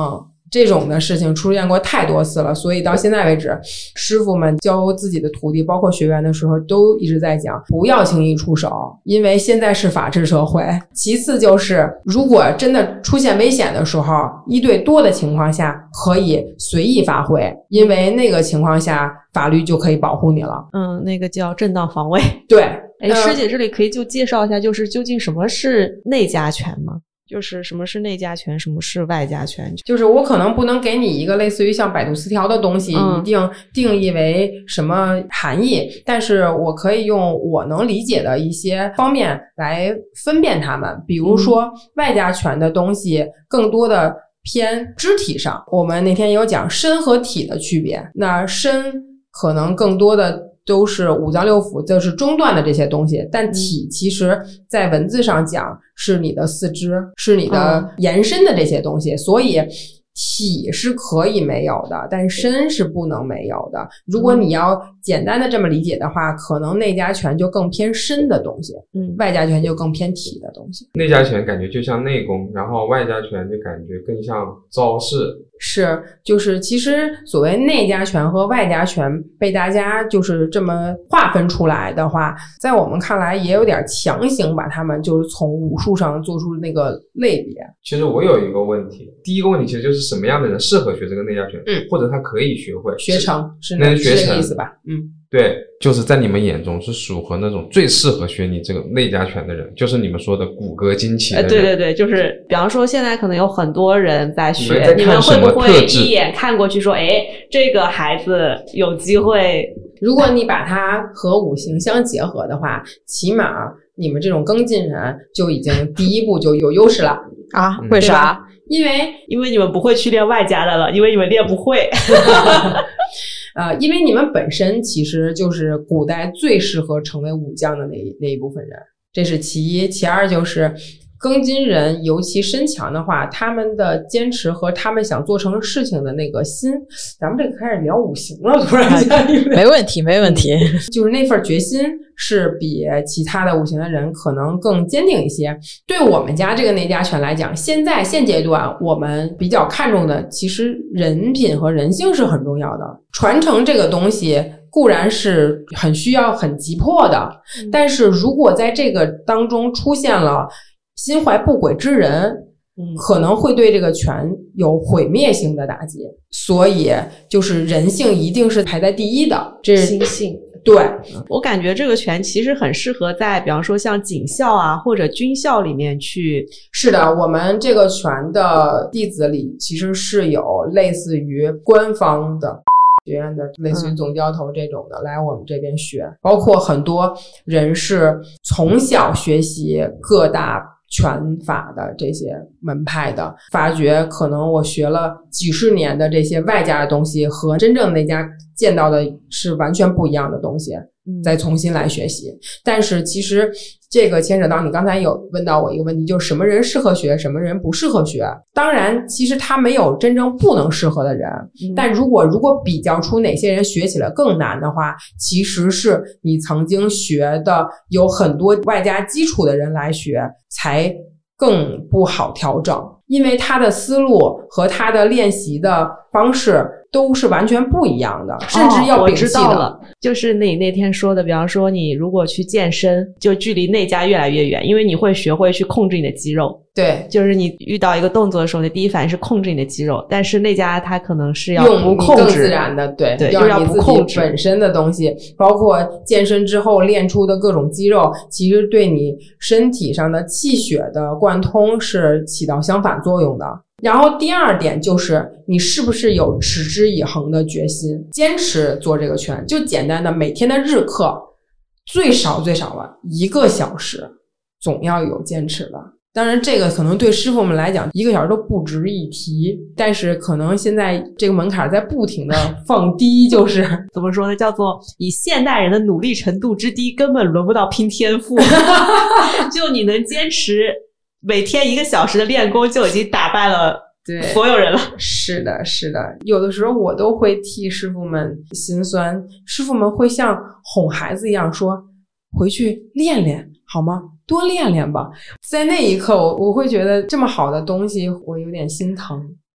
这种的事情出现过太多次了，所以到现在为止，师傅们教自己的徒弟包括学员的时候都一直在讲不要轻易出手，因为现在是法治社会。其次就是如果真的出现危险的时候，一对多的情况下可以随意发挥，因为那个情况下法律就可以保护你了。 嗯，那个叫正当防卫。 对， 哎，师姐这里可以就介绍一下，就是究竟什么是内家拳吗？就是什么是内家拳，什么是外家拳？ 就是我可能不能给你一个类似于像百度词条的东西， 嗯、 一定定义为什么含义，但是我可以用我能理解的一些方面来分辨它们。比如说、嗯、外家拳的东西更多的偏肢体上，我们那天有讲身和体的区别，那身可能更多的都是五脏六腑，就是中段的这些东西，但体其实在文字上讲是你的四肢，是你的延伸的这些东西，所以体是可以没有的，但身是不能没有的。如果你要简单的这么理解的话，可能内家拳就更偏身的东西，嗯，外家拳就更偏体的东西。 内家拳感觉就像内功，然后外家拳就感觉更像招式。 是，就是其实所谓内家拳和外家拳被大家就是这么划分出来的话，在我们看来也有点强行把他们就是从武术上做出那个类别。 其实我有一个问题，第一个问题其实就是什么样的人适合学这个内家拳，嗯，或者他可以学会学成，是能学成这个意思吧？嗯， 对，就是在你们眼中是属合那种最适合学你这个内家拳的人，就是你们说的骨骼惊奇的人。 呃、对对对，就是比方说现在可能有很多人在学， 你们在看你们会不会一眼看过去说，哎，这个孩子有机会？ 如果你把它和五行相结合的话，起码你们这种庚金人就已经第一步就有优势了啊？为啥？ 因为因为你们不会去练外家的了，因为你们练不会。 呃，因为你们本身其实就是古代最适合成为武将的那一那一部分人，这是其一。其二就是庚金人尤其身强的话，他们的坚持和他们想做成事情的那个心，咱们这个开始聊五行了，突然间没问题没问题、嗯、 就是那份决心是比其他的五行的人可能更坚定一些。对我们家这个内家拳来讲，现在现阶段我们比较看重的其实人品和人性是很重要的，传承这个东西固然是很需要很急迫的、嗯、但是如果在这个当中出现了心怀不轨之人、嗯、可能会对这个拳有毁灭性的打击，所以就是人性一定是排在第一的，这是心性。 对， 我感觉这个拳其实很适合在比方说像警校啊或者军校里面去。 是的，我们这个拳的弟子里其实是有类似于官方的学院的类似于总教头这种的、嗯、来我们这边学，包括很多人是从小学习各大拳法的这些门派的，发觉可能我学了几十年的这些外家的东西和真正那家见到的是完全不一样的东西、嗯、再重新来学习。但是其实这个牵扯到你刚才有问到我一个问题，就是什么人适合学，什么人不适合学。当然其实他没有真正不能适合的人、嗯、但如果如果比较出哪些人学起来更难的话，其实是你曾经学的有很多外加基础的人来学才更不好调整，因为他的思路和他的练习的方式都是完全不一样的，甚至要摒弃的、哦、我知道了， 就是你那天说的，比方说你如果去健身，就距离内家越来越远，因为你会学会去控制你的肌肉。 对， 就是你遇到一个动作的时候，你第一反应是控制你的肌肉，但是内家它可能是要不控制， 更自然的，对对， 要要不控制本身的东西，包括健身之后练出的各种肌肉，其实对你身体上的气血的贯通是起到相反作用的。然后第二点就是你是不是有持之以恒的决心，坚持做这个拳，就简单的每天的日课最少最少了一个小时，总要有坚持的。当然这个可能对师傅们来讲一个小时都不值一提，但是可能现在这个门槛在不停的放低，就是怎么说呢，叫做以现代人的努力程度之低根本轮不到拼天赋就你能坚持每天一个小时的练功就已经打败了对所有人了。 是的是的，有的时候我都会替师傅们心酸，师傅们会像哄孩子一样说回去练练好吗，多练练吧。在那一刻我我会觉得这么好的东西我有点心疼。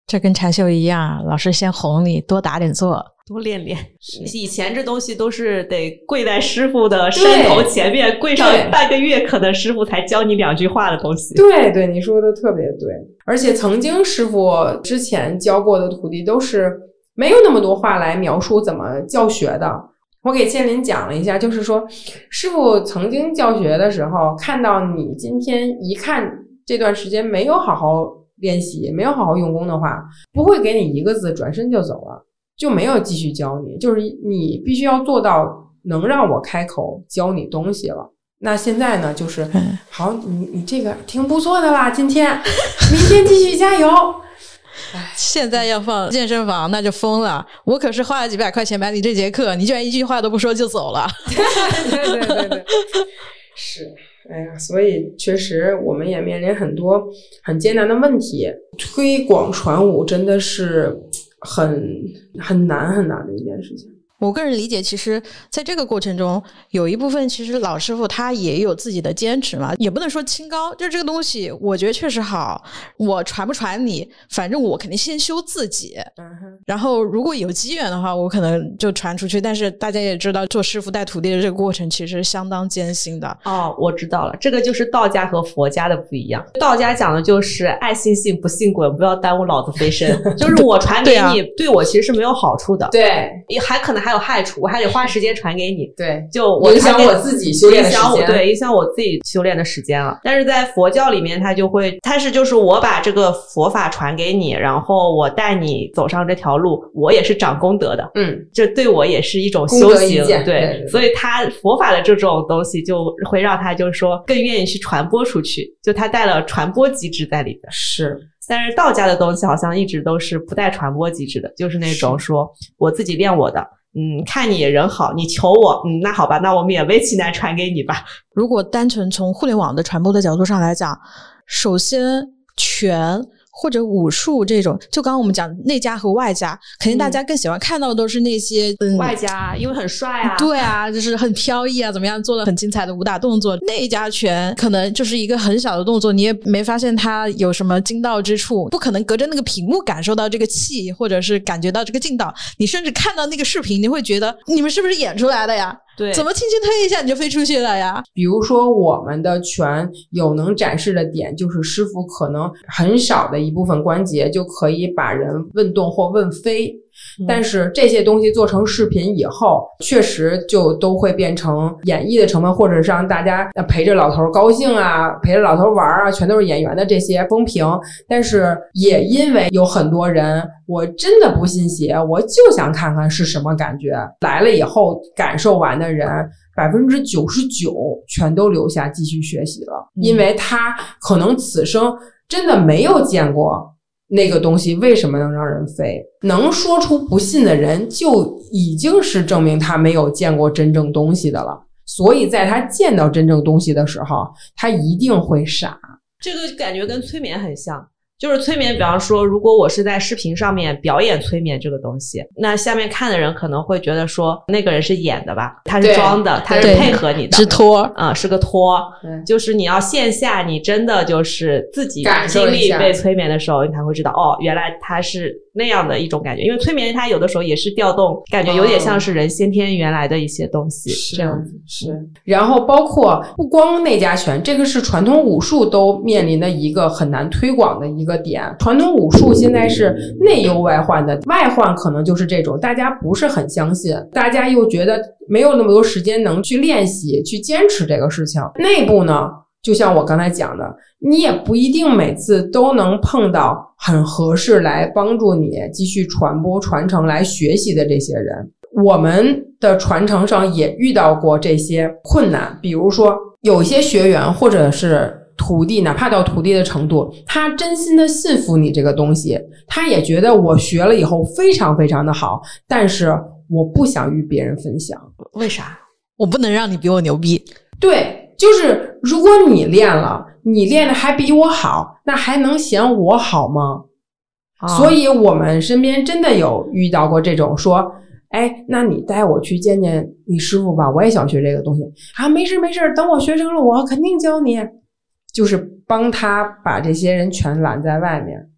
这跟禅修一样，老师先哄你多打点坐， 多练练。以前这东西都是得跪在师傅的山头前面，跪上半个月，可能师傅才教你两句话的东西。 对对，你说的特别对。而且曾经师傅之前教过的徒弟都是没有那么多话来描述怎么教学的。我给倩琳讲了一下，就是说师傅曾经教学的时候，看到你今天一看这段时间没有好好练习，没有好好用功的话，不会给你一个字，转身就走了，就没有继续教你，就是你必须要做到能让我开口教你东西了。那现在呢，就是好，你你这个挺不错的啦，今天明天继续加油。 现在要放健身房那就疯了，我可是花了几百块钱买你这节课，你居然一句话都不说就走了。 对对对对，是。哎呀，所以确实我们也面临很多很艰难的问题，推广传武真的是很很难很难的一件事情。 我个人理解，其实在这个过程中有一部分其实老师傅他也有自己的坚持嘛，也不能说清高，就这个东西我觉得确实好，我传不传你反正我肯定先修自己、嗯、然后如果有机缘的话我可能就传出去，但是大家也知道做师傅带徒弟的这个过程其实相当艰辛的。 哦，我知道了，这个就是道家和佛家的不一样。道家讲的就是爱信信不信滚，不要耽误老子飞身就是我传给你对、啊、对我其实是没有好处的， 对， 还可能还有害处，我还得花时间传给你， 对， 就我影响我自己修炼的时间， 对，影响我自己修炼的时间了。但是在佛教里面，他就会，他是就是我把这个佛法传给你，然后我带你走上这条路，我也是长功德的，嗯，这对我也是一种修行，对，对对对，所以他佛法的这种东西就会让他就是说更愿意去传播出去，就他带了传播机制在里边， 是。 但是道家的东西好像一直都是不带传播机制的，就是那种说我自己练我的，嗯，看你人好，你求我，嗯，那好吧，那我勉为其难传给你吧。 如果单纯从互联网的传播的角度上来讲，首先拳或者武术这种，就刚刚我们讲内家和外家，肯定大家更喜欢看到的都是那些、 嗯、外家，因为很帅啊， 对啊，就是很飘逸啊，怎么样做了很精彩的武打动作。内家拳可能就是一个很小的动作，你也没发现它有什么精到之处，不可能隔着那个屏幕感受到这个气，或者是感觉到这个劲道，你甚至看到那个视频你会觉得你们是不是演出来的呀？ 对， 怎么轻轻推一下你就飞出去了呀？ 比如说我们的拳有能展示的点，就是师傅可能很少的一部分关节就可以把人问动或问飞、嗯、但是这些东西做成视频以后，确实就都会变成演绎的成分，或者是让大家陪着老头高兴啊，陪着老头玩啊，全都是演员的这些风评。但是也因为有很多人我真的不信邪，我就想看看是什么感觉，来了以后感受完的人百分之九十九全都留下继续学习了、嗯、因为他可能此生真的没有见过那个东西为什么能让人飞，能说出不信的人就已经是证明他没有见过真正东西的了，所以在他见到真正东西的时候他一定会傻。 这个感觉跟催眠很像，就是催眠，比方说如果我是在视频上面表演催眠这个东西，那下面看的人可能会觉得说那个人是演的吧，他是装的，他是配合你的， 是托啊、嗯，是个托，就是你要线下你真的就是自己经历被催眠的时候，你才会知道哦，原来他是那样的一种感觉。因为催眠它有的时候也是调动，感觉有点像是人先天原来的一些东西、哦、这样子。 是，然后包括不光内家拳，这个是传统武术都面临的一个很难推广的一个点。传统武术现在是内忧外患的，外患可能就是这种大家不是很相信，大家又觉得没有那么多时间能去练习去坚持这个事情。内部呢，就像我刚才讲的，你也不一定每次都能碰到很合适来帮助你继续传播传承来学习的这些人。我们的传承上也遇到过这些困难，比如说有一些学员或者是徒弟，哪怕到徒弟的程度，他真心的信服你这个东西，他也觉得我学了以后非常非常的好，但是我不想与别人分享。 为啥？ 我不能让你比我牛逼。 对，就是如果你练了，你练的还比我好，那还能嫌我好吗、哦、所以我们身边真的有遇到过这种说，哎，那你带我去见见你师傅吧，我也想学这个东西啊。没事没事，等我学成了我肯定教你，就是帮他把这些人全拦在外面。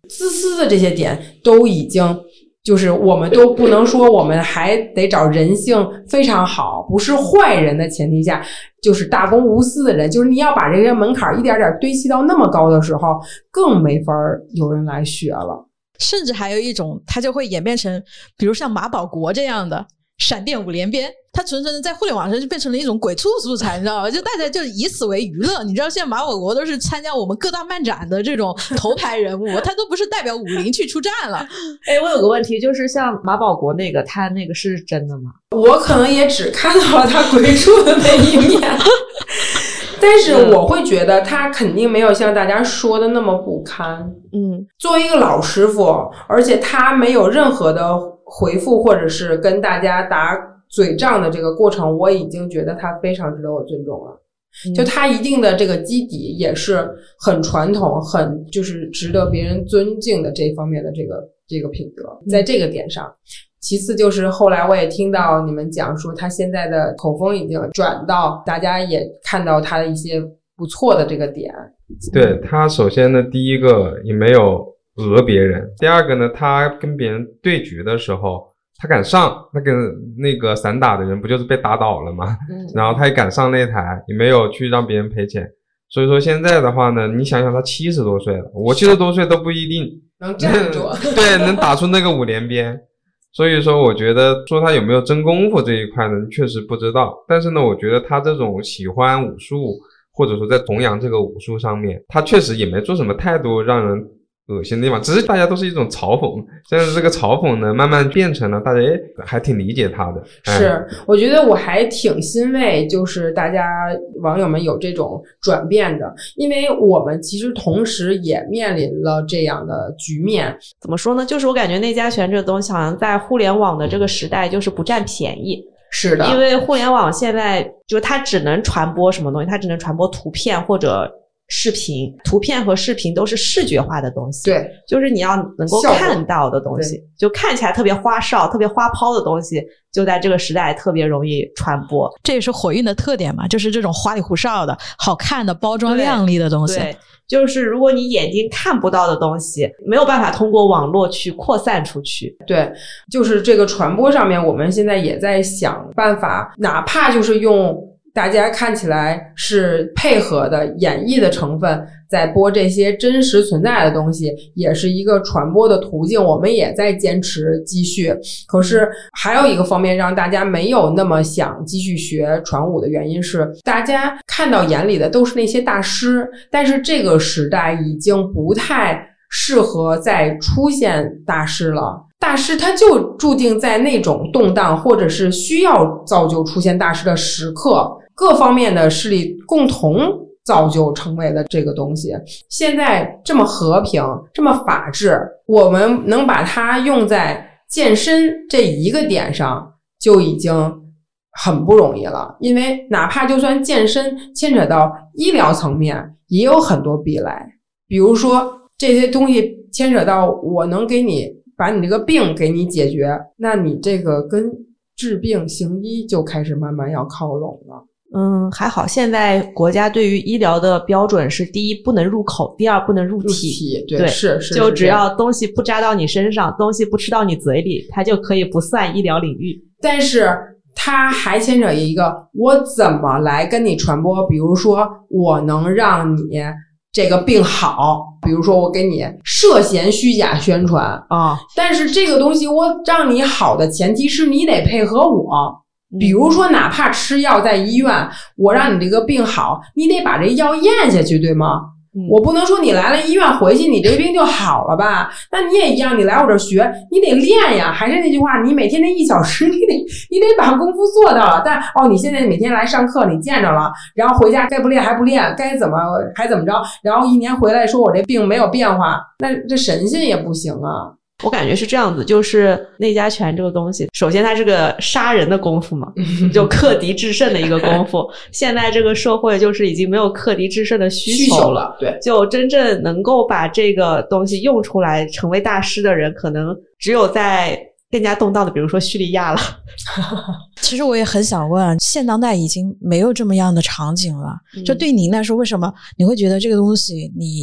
自私的这些点都已经就是我们都不能说我们还得找人性非常好不是坏人的前提下，就是大公无私的人，就是你要把这些门槛一点点堆砌到那么高的时候，更没法有人来学了。 甚至还有一种它就会演变成比如像马保国这样的闪电五连鞭，它纯纯的在互联网上就变成了一种鬼畜素材，你知道吗？就大家就以此为娱乐。你知道现在马保国都是参加我们各大漫展的这种头牌人物，他都不是代表武林去出战了。 哎，我有个问题，就是像马保国那个，他那个是真的吗？ 我可能也只看到了他鬼畜的那一面但是我会觉得他肯定没有像大家说的那么不堪。 嗯， 作为一个老师傅，而且他没有任何的回复或者是跟大家打嘴仗的这个过程，我已经觉得他非常值得我尊重了。 嗯、 就他一定的这个基底也是很传统，很就是值得别人尊敬的这方面的这个这个品德，在这个点上。其次就是后来我也听到你们讲说他现在的口风已经转到大家也看到他的一些不错的这个点。 对，他首先呢第一个也没有讹别人，第二个呢他跟别人对局的时候他敢上，那个那个散打的人不就是被打倒了吗、嗯、然后他也敢上擂台，也没有去让别人赔钱。所以说现在的话呢，你想想他七十多岁了，我七十多岁都不一定能站住对，能打出那个五连鞭。所以说我觉得说他有没有真功夫这一块呢确实不知道，但是呢我觉得他这种喜欢武术或者说在弘扬这个武术上面，他确实也没做什么太多让人恶心的地方，只是大家都是一种嘲讽。现在这个嘲讽呢慢慢变成了大家诶还挺理解他的。 是、哎、我觉得我还挺欣慰就是大家网友们有这种转变的，因为我们其实同时也面临了这样的局面。 怎么说呢，就是我感觉内家拳这个东西好像在互联网的这个时代就是不占便宜。 是的， 因为互联网现在就它只能传播什么东西，它只能传播图片或者视频，图片和视频都是视觉化的东西， 对， 就是你要能够看到的东西，就看起来特别花哨特别花抛的东西就在这个时代特别容易传播。 这也是火运的特点嘛，就是这种花里胡哨的好看的包装亮丽的东西。 对，就是如果你眼睛看不到的东西没有办法通过网络去扩散出去。 对，就是这个传播上面我们现在也在想办法，哪怕就是用大家看起来是配合的演绎的成分在播这些真实存在的东西，也是一个传播的途径，我们也在坚持继续。可是还有一个方面让大家没有那么想继续学传武的原因是，大家看到眼里的都是那些大师，但是这个时代已经不太适合再出现大师了。大师他就注定在那种动荡或者是需要造就出现大师的时刻，各方面的势力共同造就成为了这个东西。现在这么和平这么法治，我们能把它用在健身这一个点上就已经很不容易了。因为哪怕就算健身牵扯到医疗层面也有很多壁垒，比如说这些东西牵扯到我能给你把你这个病给你解决，那你这个跟治病行医就开始慢慢要靠拢了。 嗯，还好现在国家对于医疗的标准是第一不能入口，第二不能入体。 入体 对, 对是是， 就只要东西不扎到你身上，东西不吃到你嘴里，它就可以不算医疗领域。 但是它还牵扯一个我怎么来跟你传播，比如说我能让你这个病好，比如说我给你涉嫌虚假宣传啊， 但是这个东西我让你好的前提是你得配合我。比如说哪怕吃药在医院，我让你这个病好，你得把这药咽下去，对吗？嗯、我不能说你来了医院回去你这病就好了吧，那你也一样，你来我这学你得练呀，还是那句话，你每天那一小时你得你得把功夫做到了。但哦，你现在每天来上课你见着了，然后回家该不练还不练，该怎么还怎么着，然后一年回来说我这病没有变化，那这神仙也不行啊。 我感觉是这样子，就是内家拳这个东西，首先它是个杀人的功夫嘛，就克敌制胜的一个功夫。现在这个社会就是已经没有克敌制胜的需求了， 需求了，对， 就真正能够把这个东西用出来成为大师的人，可能只有在更加动荡的，比如说叙利亚了。 其实我也很想问，现当代已经没有这么样的场景了，嗯、就对您来说，为什么你会觉得这个东西你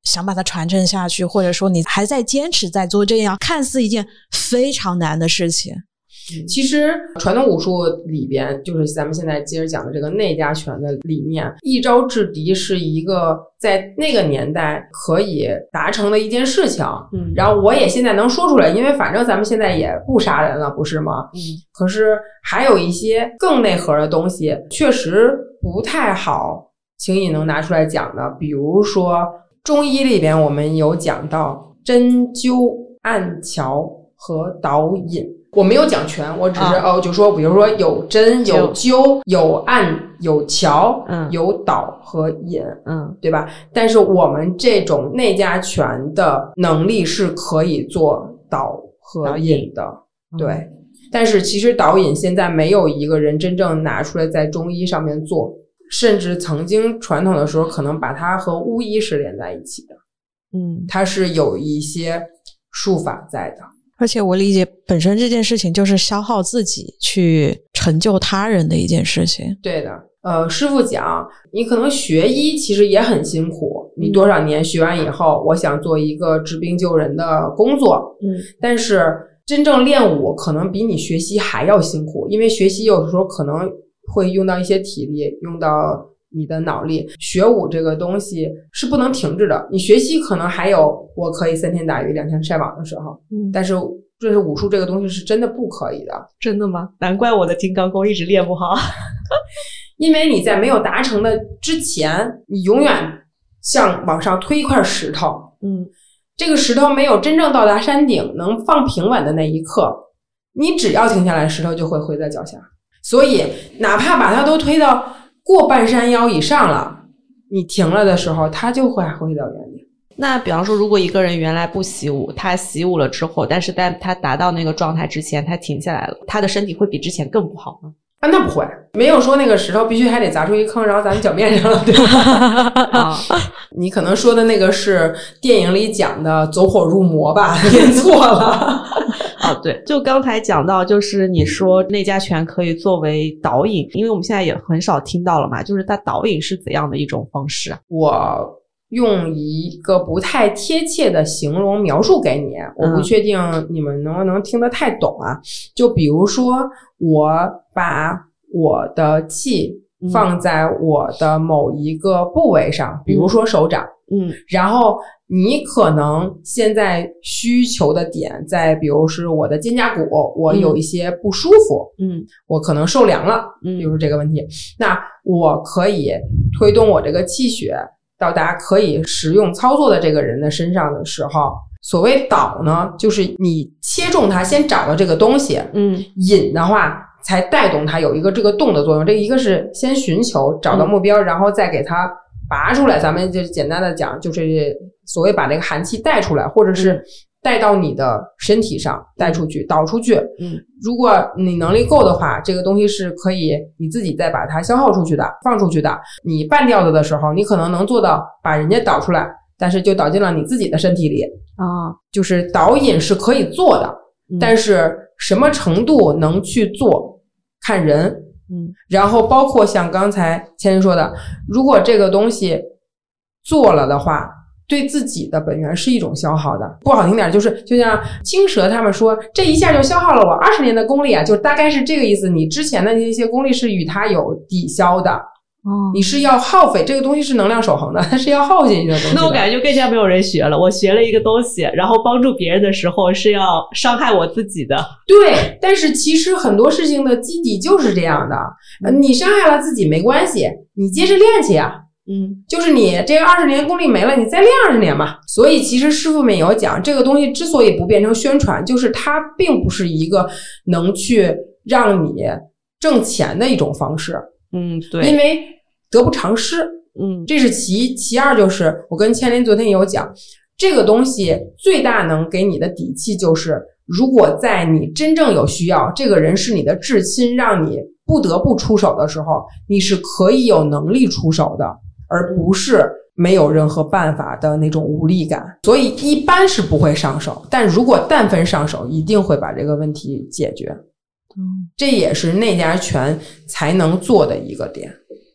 想把它传承下去，或者说你还在坚持在做这样看似一件非常难的事情。 其实传统武术里边，就是咱们现在接着讲的这个内家拳的理念，一招制敌是一个在那个年代可以达成的一件事情。嗯，然后我也现在能说出来，因为反正咱们现在也不杀人了，不是吗？嗯，可是还有一些更内核的东西，确实不太好轻易能拿出来讲的。比如说中医里边我们有讲到针灸、按桥和导引。我没有讲全，我只是、啊、哦，就说比如说有针、有灸、有按、有桥、嗯、有导和引，嗯，对吧？但是我们这种内家拳的能力是可以做导和引的，对。嗯、但是其实导引现在没有一个人真正拿出来在中医上面做，甚至曾经传统的时候可能把它和巫医是连在一起的，嗯，它是有一些术法在的。 而且我理解本身这件事情就是消耗自己去成就他人的一件事情。 对的，呃，师傅讲你可能学医其实也很辛苦，你多少年学完以后，我想做一个治病救人的工作，嗯，但是真正练武可能比你学习还要辛苦，因为学习有时候可能会用到一些体力，用到你的脑力，学武这个东西是不能停滞的。你学习可能还有我可以三天打鱼两天晒网的时候，嗯，但是这是武术这个东西是真的不可以的。 真的吗？难怪我的金刚功一直练不好。 因为你在没有达成的之前，你永远像往上推一块石头，嗯，这个石头没有真正到达山顶能放平稳的那一刻，你只要停下来，石头就会回在脚下。所以哪怕把它都推到过半山腰以上了，你停了的时候它就会回到原点。 那比方说如果一个人原来不习武，他习武了之后，但是在他达到那个状态之前他停下来了，他的身体会比之前更不好吗？ 啊，那不会，没有说那个石头必须还得砸出一坑然后砸你脚面上了，对吧？啊，你可能说的那个是电影里讲的走火入魔吧，念错了。 哦，对，就刚才讲到，就是你说内家拳可以作为导引，因为我们现在也很少听到了嘛，就是它导引是怎样的一种方式啊？ 我用一个不太贴切的形容描述给你，我不确定你们能不能听得太懂啊。嗯、就比如说，我把我的气放在我的某一个部位上，嗯、比如说手掌，嗯，然后你可能现在需求的点在比如是我的肩胛骨，我有一些不舒服，嗯，我可能受凉了，嗯，比如这个问题，那我可以推动我这个气血到达可以实用操作的这个人的身上的时候，所谓导呢，就是你切中它，先找到这个东西，嗯，引的话才带动它有一个这个动的作用。这一个是先寻求找到目标，嗯、然后再给它拔出来。咱们就简单的讲，就是所谓把这个寒气带出来，或者是带到你的身体上，带出去，导出去。嗯，如果你能力够的话，这个东西是可以你自己再把它消耗出去的，放出去的。你半吊子的时候，你可能能做到把人家导出来，但是就导进了你自己的身体里啊。就是导引是可以做的，嗯、但是什么程度能去做，看人。嗯，然后包括像刚才千林说的，如果这个东西做了的话，对自己的本源是一种消耗的。不好听点就是就像青蛇他们说这一下就消耗了我二十年的功力啊，就大概是这个意思。你之前的那些功力是与它有抵消的，哦，你是要耗费，这个东西是能量守恒的，它是要耗进去的东西的。 那我感觉就更加没有人学了，我学了一个东西然后帮助别人的时候是要伤害我自己的。 对，但是其实很多事情的基底就是这样的，嗯、你伤害了自己没关系，你接着练去啊。嗯，就是你这二十年功力没了，你再练二十年嘛。所以其实师傅们有讲，这个东西之所以不变成宣传，就是它并不是一个能去让你挣钱的一种方式。 嗯，对， 因为得不偿失。嗯，这是其一。其二就是我跟千林昨天有讲，这个东西最大能给你的底气就是，如果在你真正有需要，这个人是你的至亲，让你不得不出手的时候，你是可以有能力出手的。而不是没有任何办法的那种无力感，所以一般是不会上手，但如果但凡上手，一定会把这个问题解决。嗯，这也是内家拳才能做的一个点。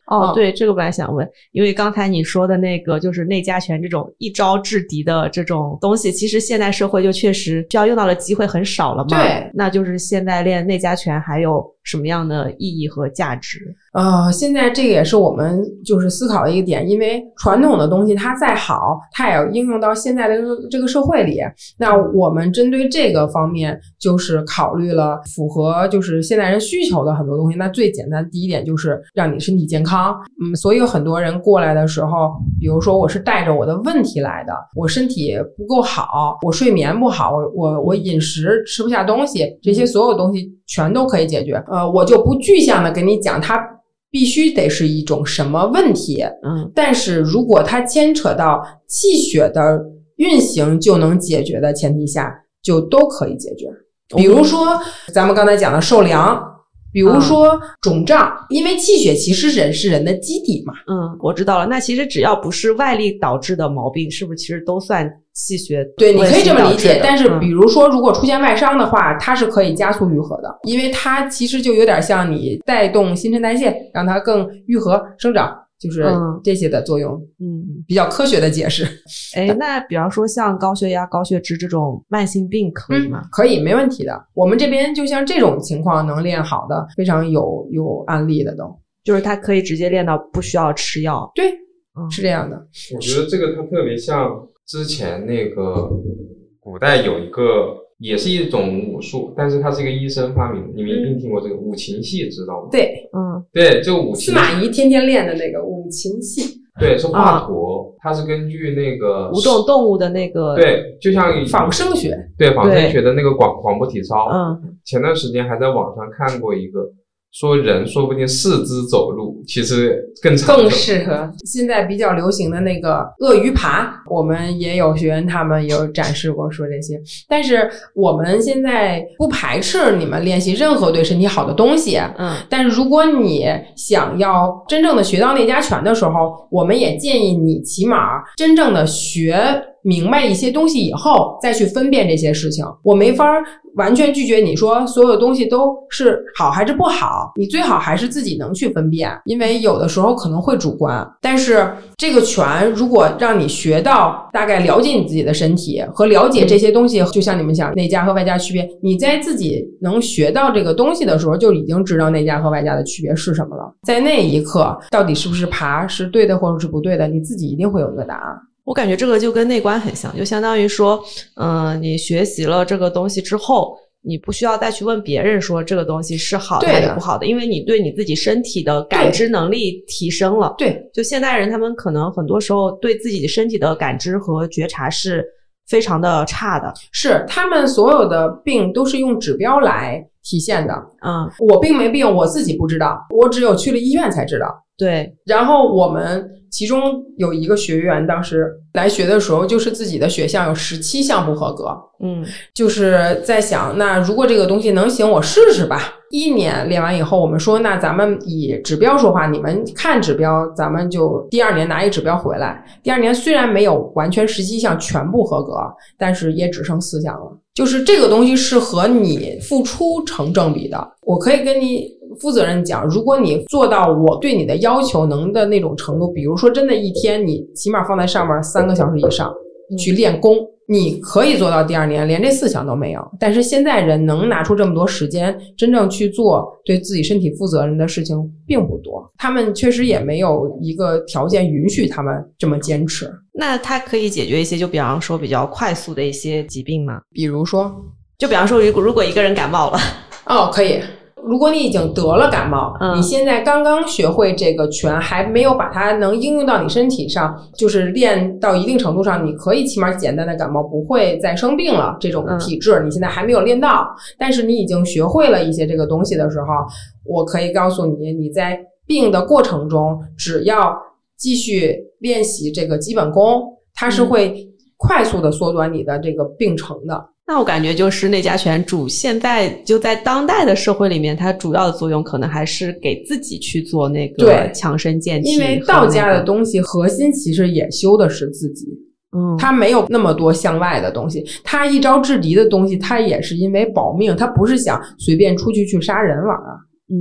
哦，对，这个本来想问，因为刚才你说的那个就是内家拳这种一招制敌的这种东西，其实现代社会就确实需要用到的机会很少了嘛。 对， 那就是现在练内家拳还有什么样的意义和价值？ 呃，现在这个也是我们就是思考的一个点，因为传统的东西它再好，它也要应用到现在的这个社会里。那我们针对这个方面，就是考虑了符合就是现代人需求的很多东西。那最简单第一点就是让你身体健康。嗯，所以有很多人过来的时候，比如说我是带着我的问题来的，我身体不够好，我睡眠不好，我我我饮食吃不下东西，这些所有东西全都可以解决。呃，我就不具象的跟你讲它必须得是一种什么问题， 嗯， 但是如果它牵扯到气血的运行就能解决的前提下，就都可以解决。比如说咱们刚才讲的受凉，比如说肿胀，嗯，因为气血其实人是人的基底嘛。 嗯，我知道了。那其实只要不是外力导致的毛病，是不是其实都算气血？ 对，你可以这么理解。但是比如说如果出现外伤的话，它是可以加速愈合的，因为它其实就有点像你带动新陈代谢，让它更愈合生长，就是这些的作用。 嗯， 比较科学的解释。 哎，那比方说像高血压、高血脂这种慢性病可以吗？ 嗯，可以，没问题的。我们这边就像这种情况能练好的，非常有有案例的都。 就是它可以直接练到不需要吃药。 对， 嗯， 是这样的。 我觉得这个它特别像之前那个古代有一个也是一种武术，但是它是一个医生发明的，你们一定听过这个五禽戏，知道吗？ 对， 嗯， 对，就五禽。 司马懿天天练的那个五禽戏。 对，是华佗，它是根据那个舞动动物的那个， 对，就像仿生学， 对仿生学的那个广广播体操。 嗯， 前段时间还在网上看过一个，说人说不定四肢走路其实更长更适合。现在比较流行的那个鳄鱼爬，我们也有学员他们有展示过说这些，但是我们现在不排斥你们练习任何对身体好的东西。 嗯， 但是如果你想要真正的学到内家拳的时候，我们也建议你起码真正的学明白一些东西以后再去分辨这些事情。我没法完全拒绝你说所有东西都是好还是不好，你最好还是自己能去分辨，因为有的时候可能会主观。但是这个拳如果让你学到大概了解你自己的身体和了解这些东西，就像你们讲内家和外家区别，你在自己能学到这个东西的时候就已经知道内家和外家的区别是什么了。在那一刻到底是不是爬是对的或者是不对的，你自己一定会有一个答案。 我感觉这个就跟内观很像，就相当于说嗯、呃，你学习了这个东西之后，你不需要再去问别人说这个东西是好的还是不好的，因为你对你自己身体的感知能力提升了。 对， 就现代人他们可能很多时候对自己身体的感知和觉察是非常的差的。 是，他们所有的病都是用指标来体现的。 嗯， 我病没病我自己不知道，我只有去了医院才知道。 对， 然后我们其中有一个学员当时来学的时候，就是自己的血项有十七项不合格。 嗯， 就是在想，那如果这个东西能行，我试试吧。一年练完以后，我们说那咱们以指标说话，你们看指标，咱们就第二年拿一指标回来。第二年虽然没有完全十七项全部合格，但是也只剩四项了。就是这个东西是和你付出成正比的。我可以跟你负责任讲，如果你做到我对你的要求能的那种程度，比如说真的一天你起码放在上面三个小时以上去练功，你可以做到第二年连这四项都没有。但是现在人能拿出这么多时间真正去做对自己身体负责任的事情并不多，他们确实也没有一个条件允许他们这么坚持。 那它可以解决一些就比方说比较快速的一些疾病吗？ 比如说就比方说如果如果一个人感冒了， 哦，可以。如果你已经得了感冒， 嗯， 你现在刚刚学会这个拳，还没有把它能应用到你身体上，就是练到一定程度上，你可以起码简单的感冒不会再生病了，这种体质，嗯，你现在还没有练到，但是你已经学会了一些这个东西的时候，我可以告诉你，你在病的过程中只要继续练习这个基本功，它是会快速的缩短你的这个病程的。 那我感觉就是内家拳主现在就在当代的社会里面，它主要的作用可能还是给自己去做那个强身健体， 因为道家的东西核心其实也修的是自己， 嗯， 它没有那么多向外的东西，它一招制敌的东西它也是因为保命，它不是想随便出去去杀人玩啊。 嗯，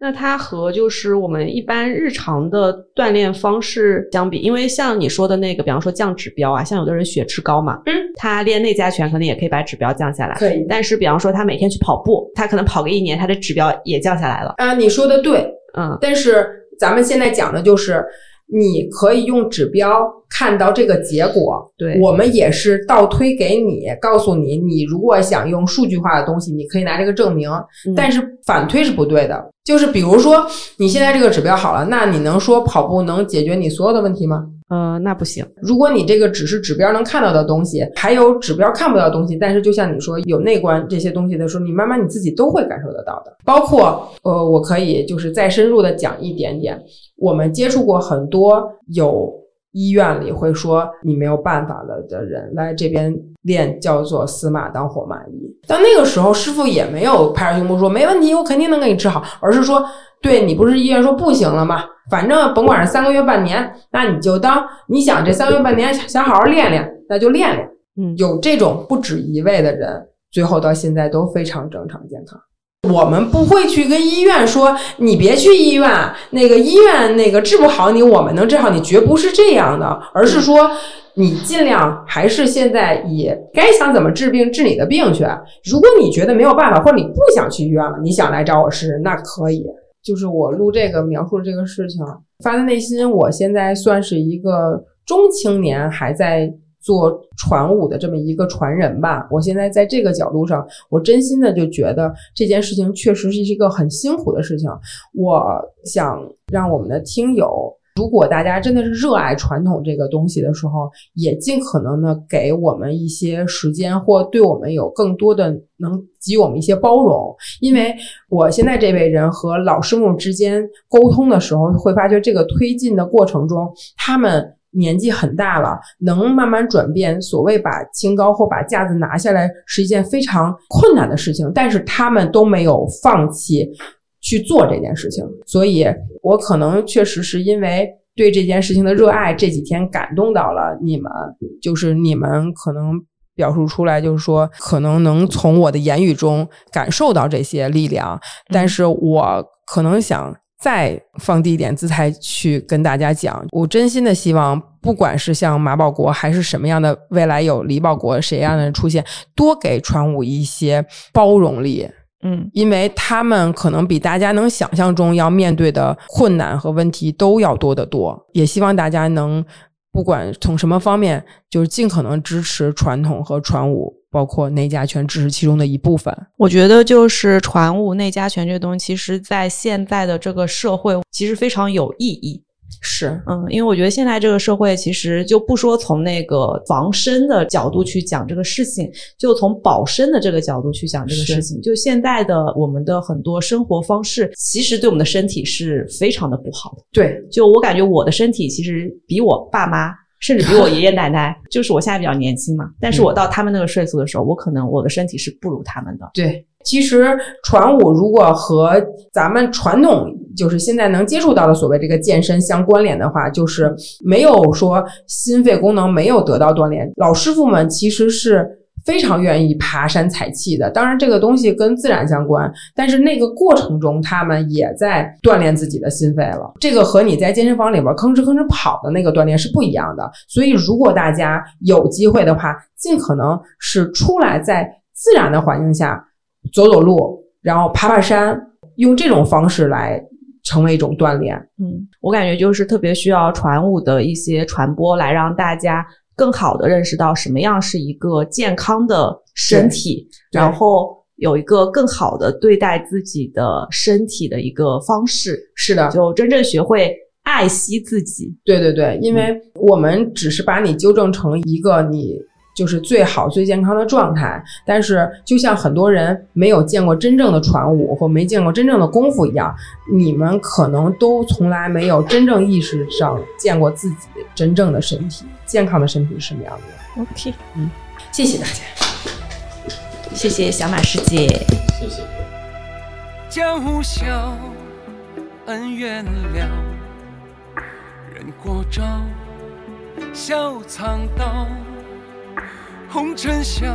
那它和就是我们一般日常的锻炼方式相比，因为像你说的那个比方说降指标啊，像有的人血脂高嘛，嗯，他练内家拳可能也可以把指标降下来， 可以。 但是比方说他每天去跑步，他可能跑个一年，他的指标也降下来了。 啊，你说的对， 嗯， 但是咱们现在讲的就是你可以用指标看到这个结果， 对， 我们也是倒推给你，告诉你，你如果想用数据化的东西，你可以拿这个证明，嗯，但是反推是不对的。就是比如说你现在这个指标好了，那你能说跑步能解决你所有的问题吗？ 呃，那不行。 如果你这个只是指标能看到的东西，还有指标看不到的东西，但是就像你说有内观这些东西的时候，你慢慢你自己都会感受得到的。包括呃，我可以就是再深入的讲一点点，我们接触过很多有医院里会说你没有办法了的人来这边练，叫做死马当活马医。但那个时候师傅也没有拍着胸脯说没问题，我肯定能给你治好，而是说对，你不是医院说不行了吗？反正甭管是三个月半年，那你就当你想这三个月半年想好好练练，那就练练。 嗯， 有这种不止一位的人，最后到现在都非常正常健康。我们不会去跟医院说你别去医院，那个医院那个治不好你，我们能治好你，绝不是这样的，而是说你尽量还是现在以该想怎么治病治你的病去。如果你觉得没有办法，或者你不想去医院了，你想来找我试试，那可以。就是我录这个描述这个事情发自内心，我现在算是一个中青年还在做传武的这么一个传人吧。我现在在这个角度上，我真心的就觉得这件事情确实是一个很辛苦的事情。我想让我们的听友，如果大家真的是热爱传统这个东西的时候，也尽可能的给我们一些时间，或对我们有更多的能给予我们一些包容。因为我现在这位人和老师傅之间沟通的时候，会发觉这个推进的过程中，他们年纪很大了，能慢慢转变，所谓把清高或把架子拿下来是一件非常困难的事情，但是他们都没有放弃去做这件事情。所以我可能确实是因为对这件事情的热爱，这几天感动到了你们，就是你们可能表述出来，就是说可能能从我的言语中感受到这些力量，但是我可能想再放低一点姿态去跟大家讲，我真心的希望不管是像马保国还是什么样的，未来有李保国谁样的人出现，多给传武一些包容力。 嗯， 因为他们可能比大家能想象中要面对的困难和问题都要多得多。也希望大家能不管从什么方面，就是尽可能支持传统和传武，包括内家拳只是其中的一部分。 我觉得就是传武内家拳这个东西，其实在现在的这个社会其实非常有意义。 是， 嗯，因为我觉得现在这个社会其实就不说从那个防身的角度去讲这个事情，就从保身的这个角度去讲这个事情。就现在的我们的很多生活方式，其实对我们的身体是非常的不好的。 对， 就我感觉我的身体其实比我爸妈，甚至比我爷爷奶奶，就是我现在比较年轻嘛，但是我到他们那个岁数的时候，我可能我的身体是不如他们的。 对，其实传武如果和咱们传统就是现在能接触到的所谓这个健身相关联的话，就是没有说心肺功能没有得到锻炼，老师傅们其实是非常愿意爬山采气的。当然这个东西跟自然相关，但是那个过程中他们也在锻炼自己的心肺了，这个和你在健身房里边吭哧吭哧跑的那个锻炼是不一样的。所以如果大家有机会的话，尽可能是出来在自然的环境下走走路，然后爬爬山，用这种方式来成为一种锻炼。 嗯，我感觉就是特别需要传武的一些传播，来让大家更好的认识到什么样是一个健康的身体，然后有一个更好的对待自己的身体的一个方式。 是的， 就真正学会爱惜自己。 对对对，因为我们只是把你纠正成一个你就是最好最健康的状态，但是就像很多人没有见过真正的传武或没见过真正的功夫一样，你们可能都从来没有真正意识上见过自己真正的身体，健康的身体是什么样的。 OK， 嗯，谢谢大家， 谢谢小马师姐， 谢谢。 江湖笑，恩怨了，人过招，笑藏刀，红尘笑，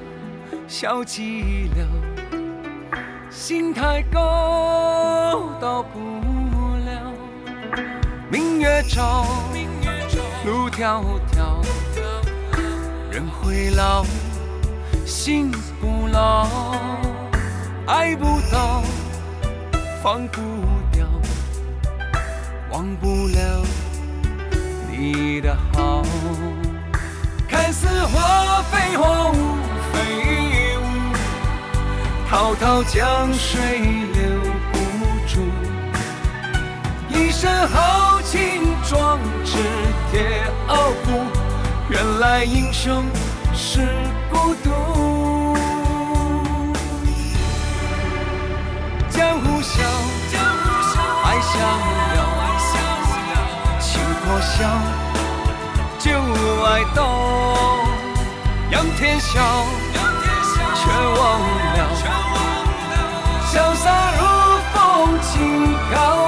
笑寂寥，心太高，道照，路迢迢，人会老，心不老，爱不到，放不掉，忘不了你的好。看似或飞或非雾，滔滔江水留不住，一身豪情壮志铁傲骨，原来英雄是孤独。江湖笑，爱逍遥，情破晓，旧爱动，仰天笑，却忘了潇洒如风轻飘。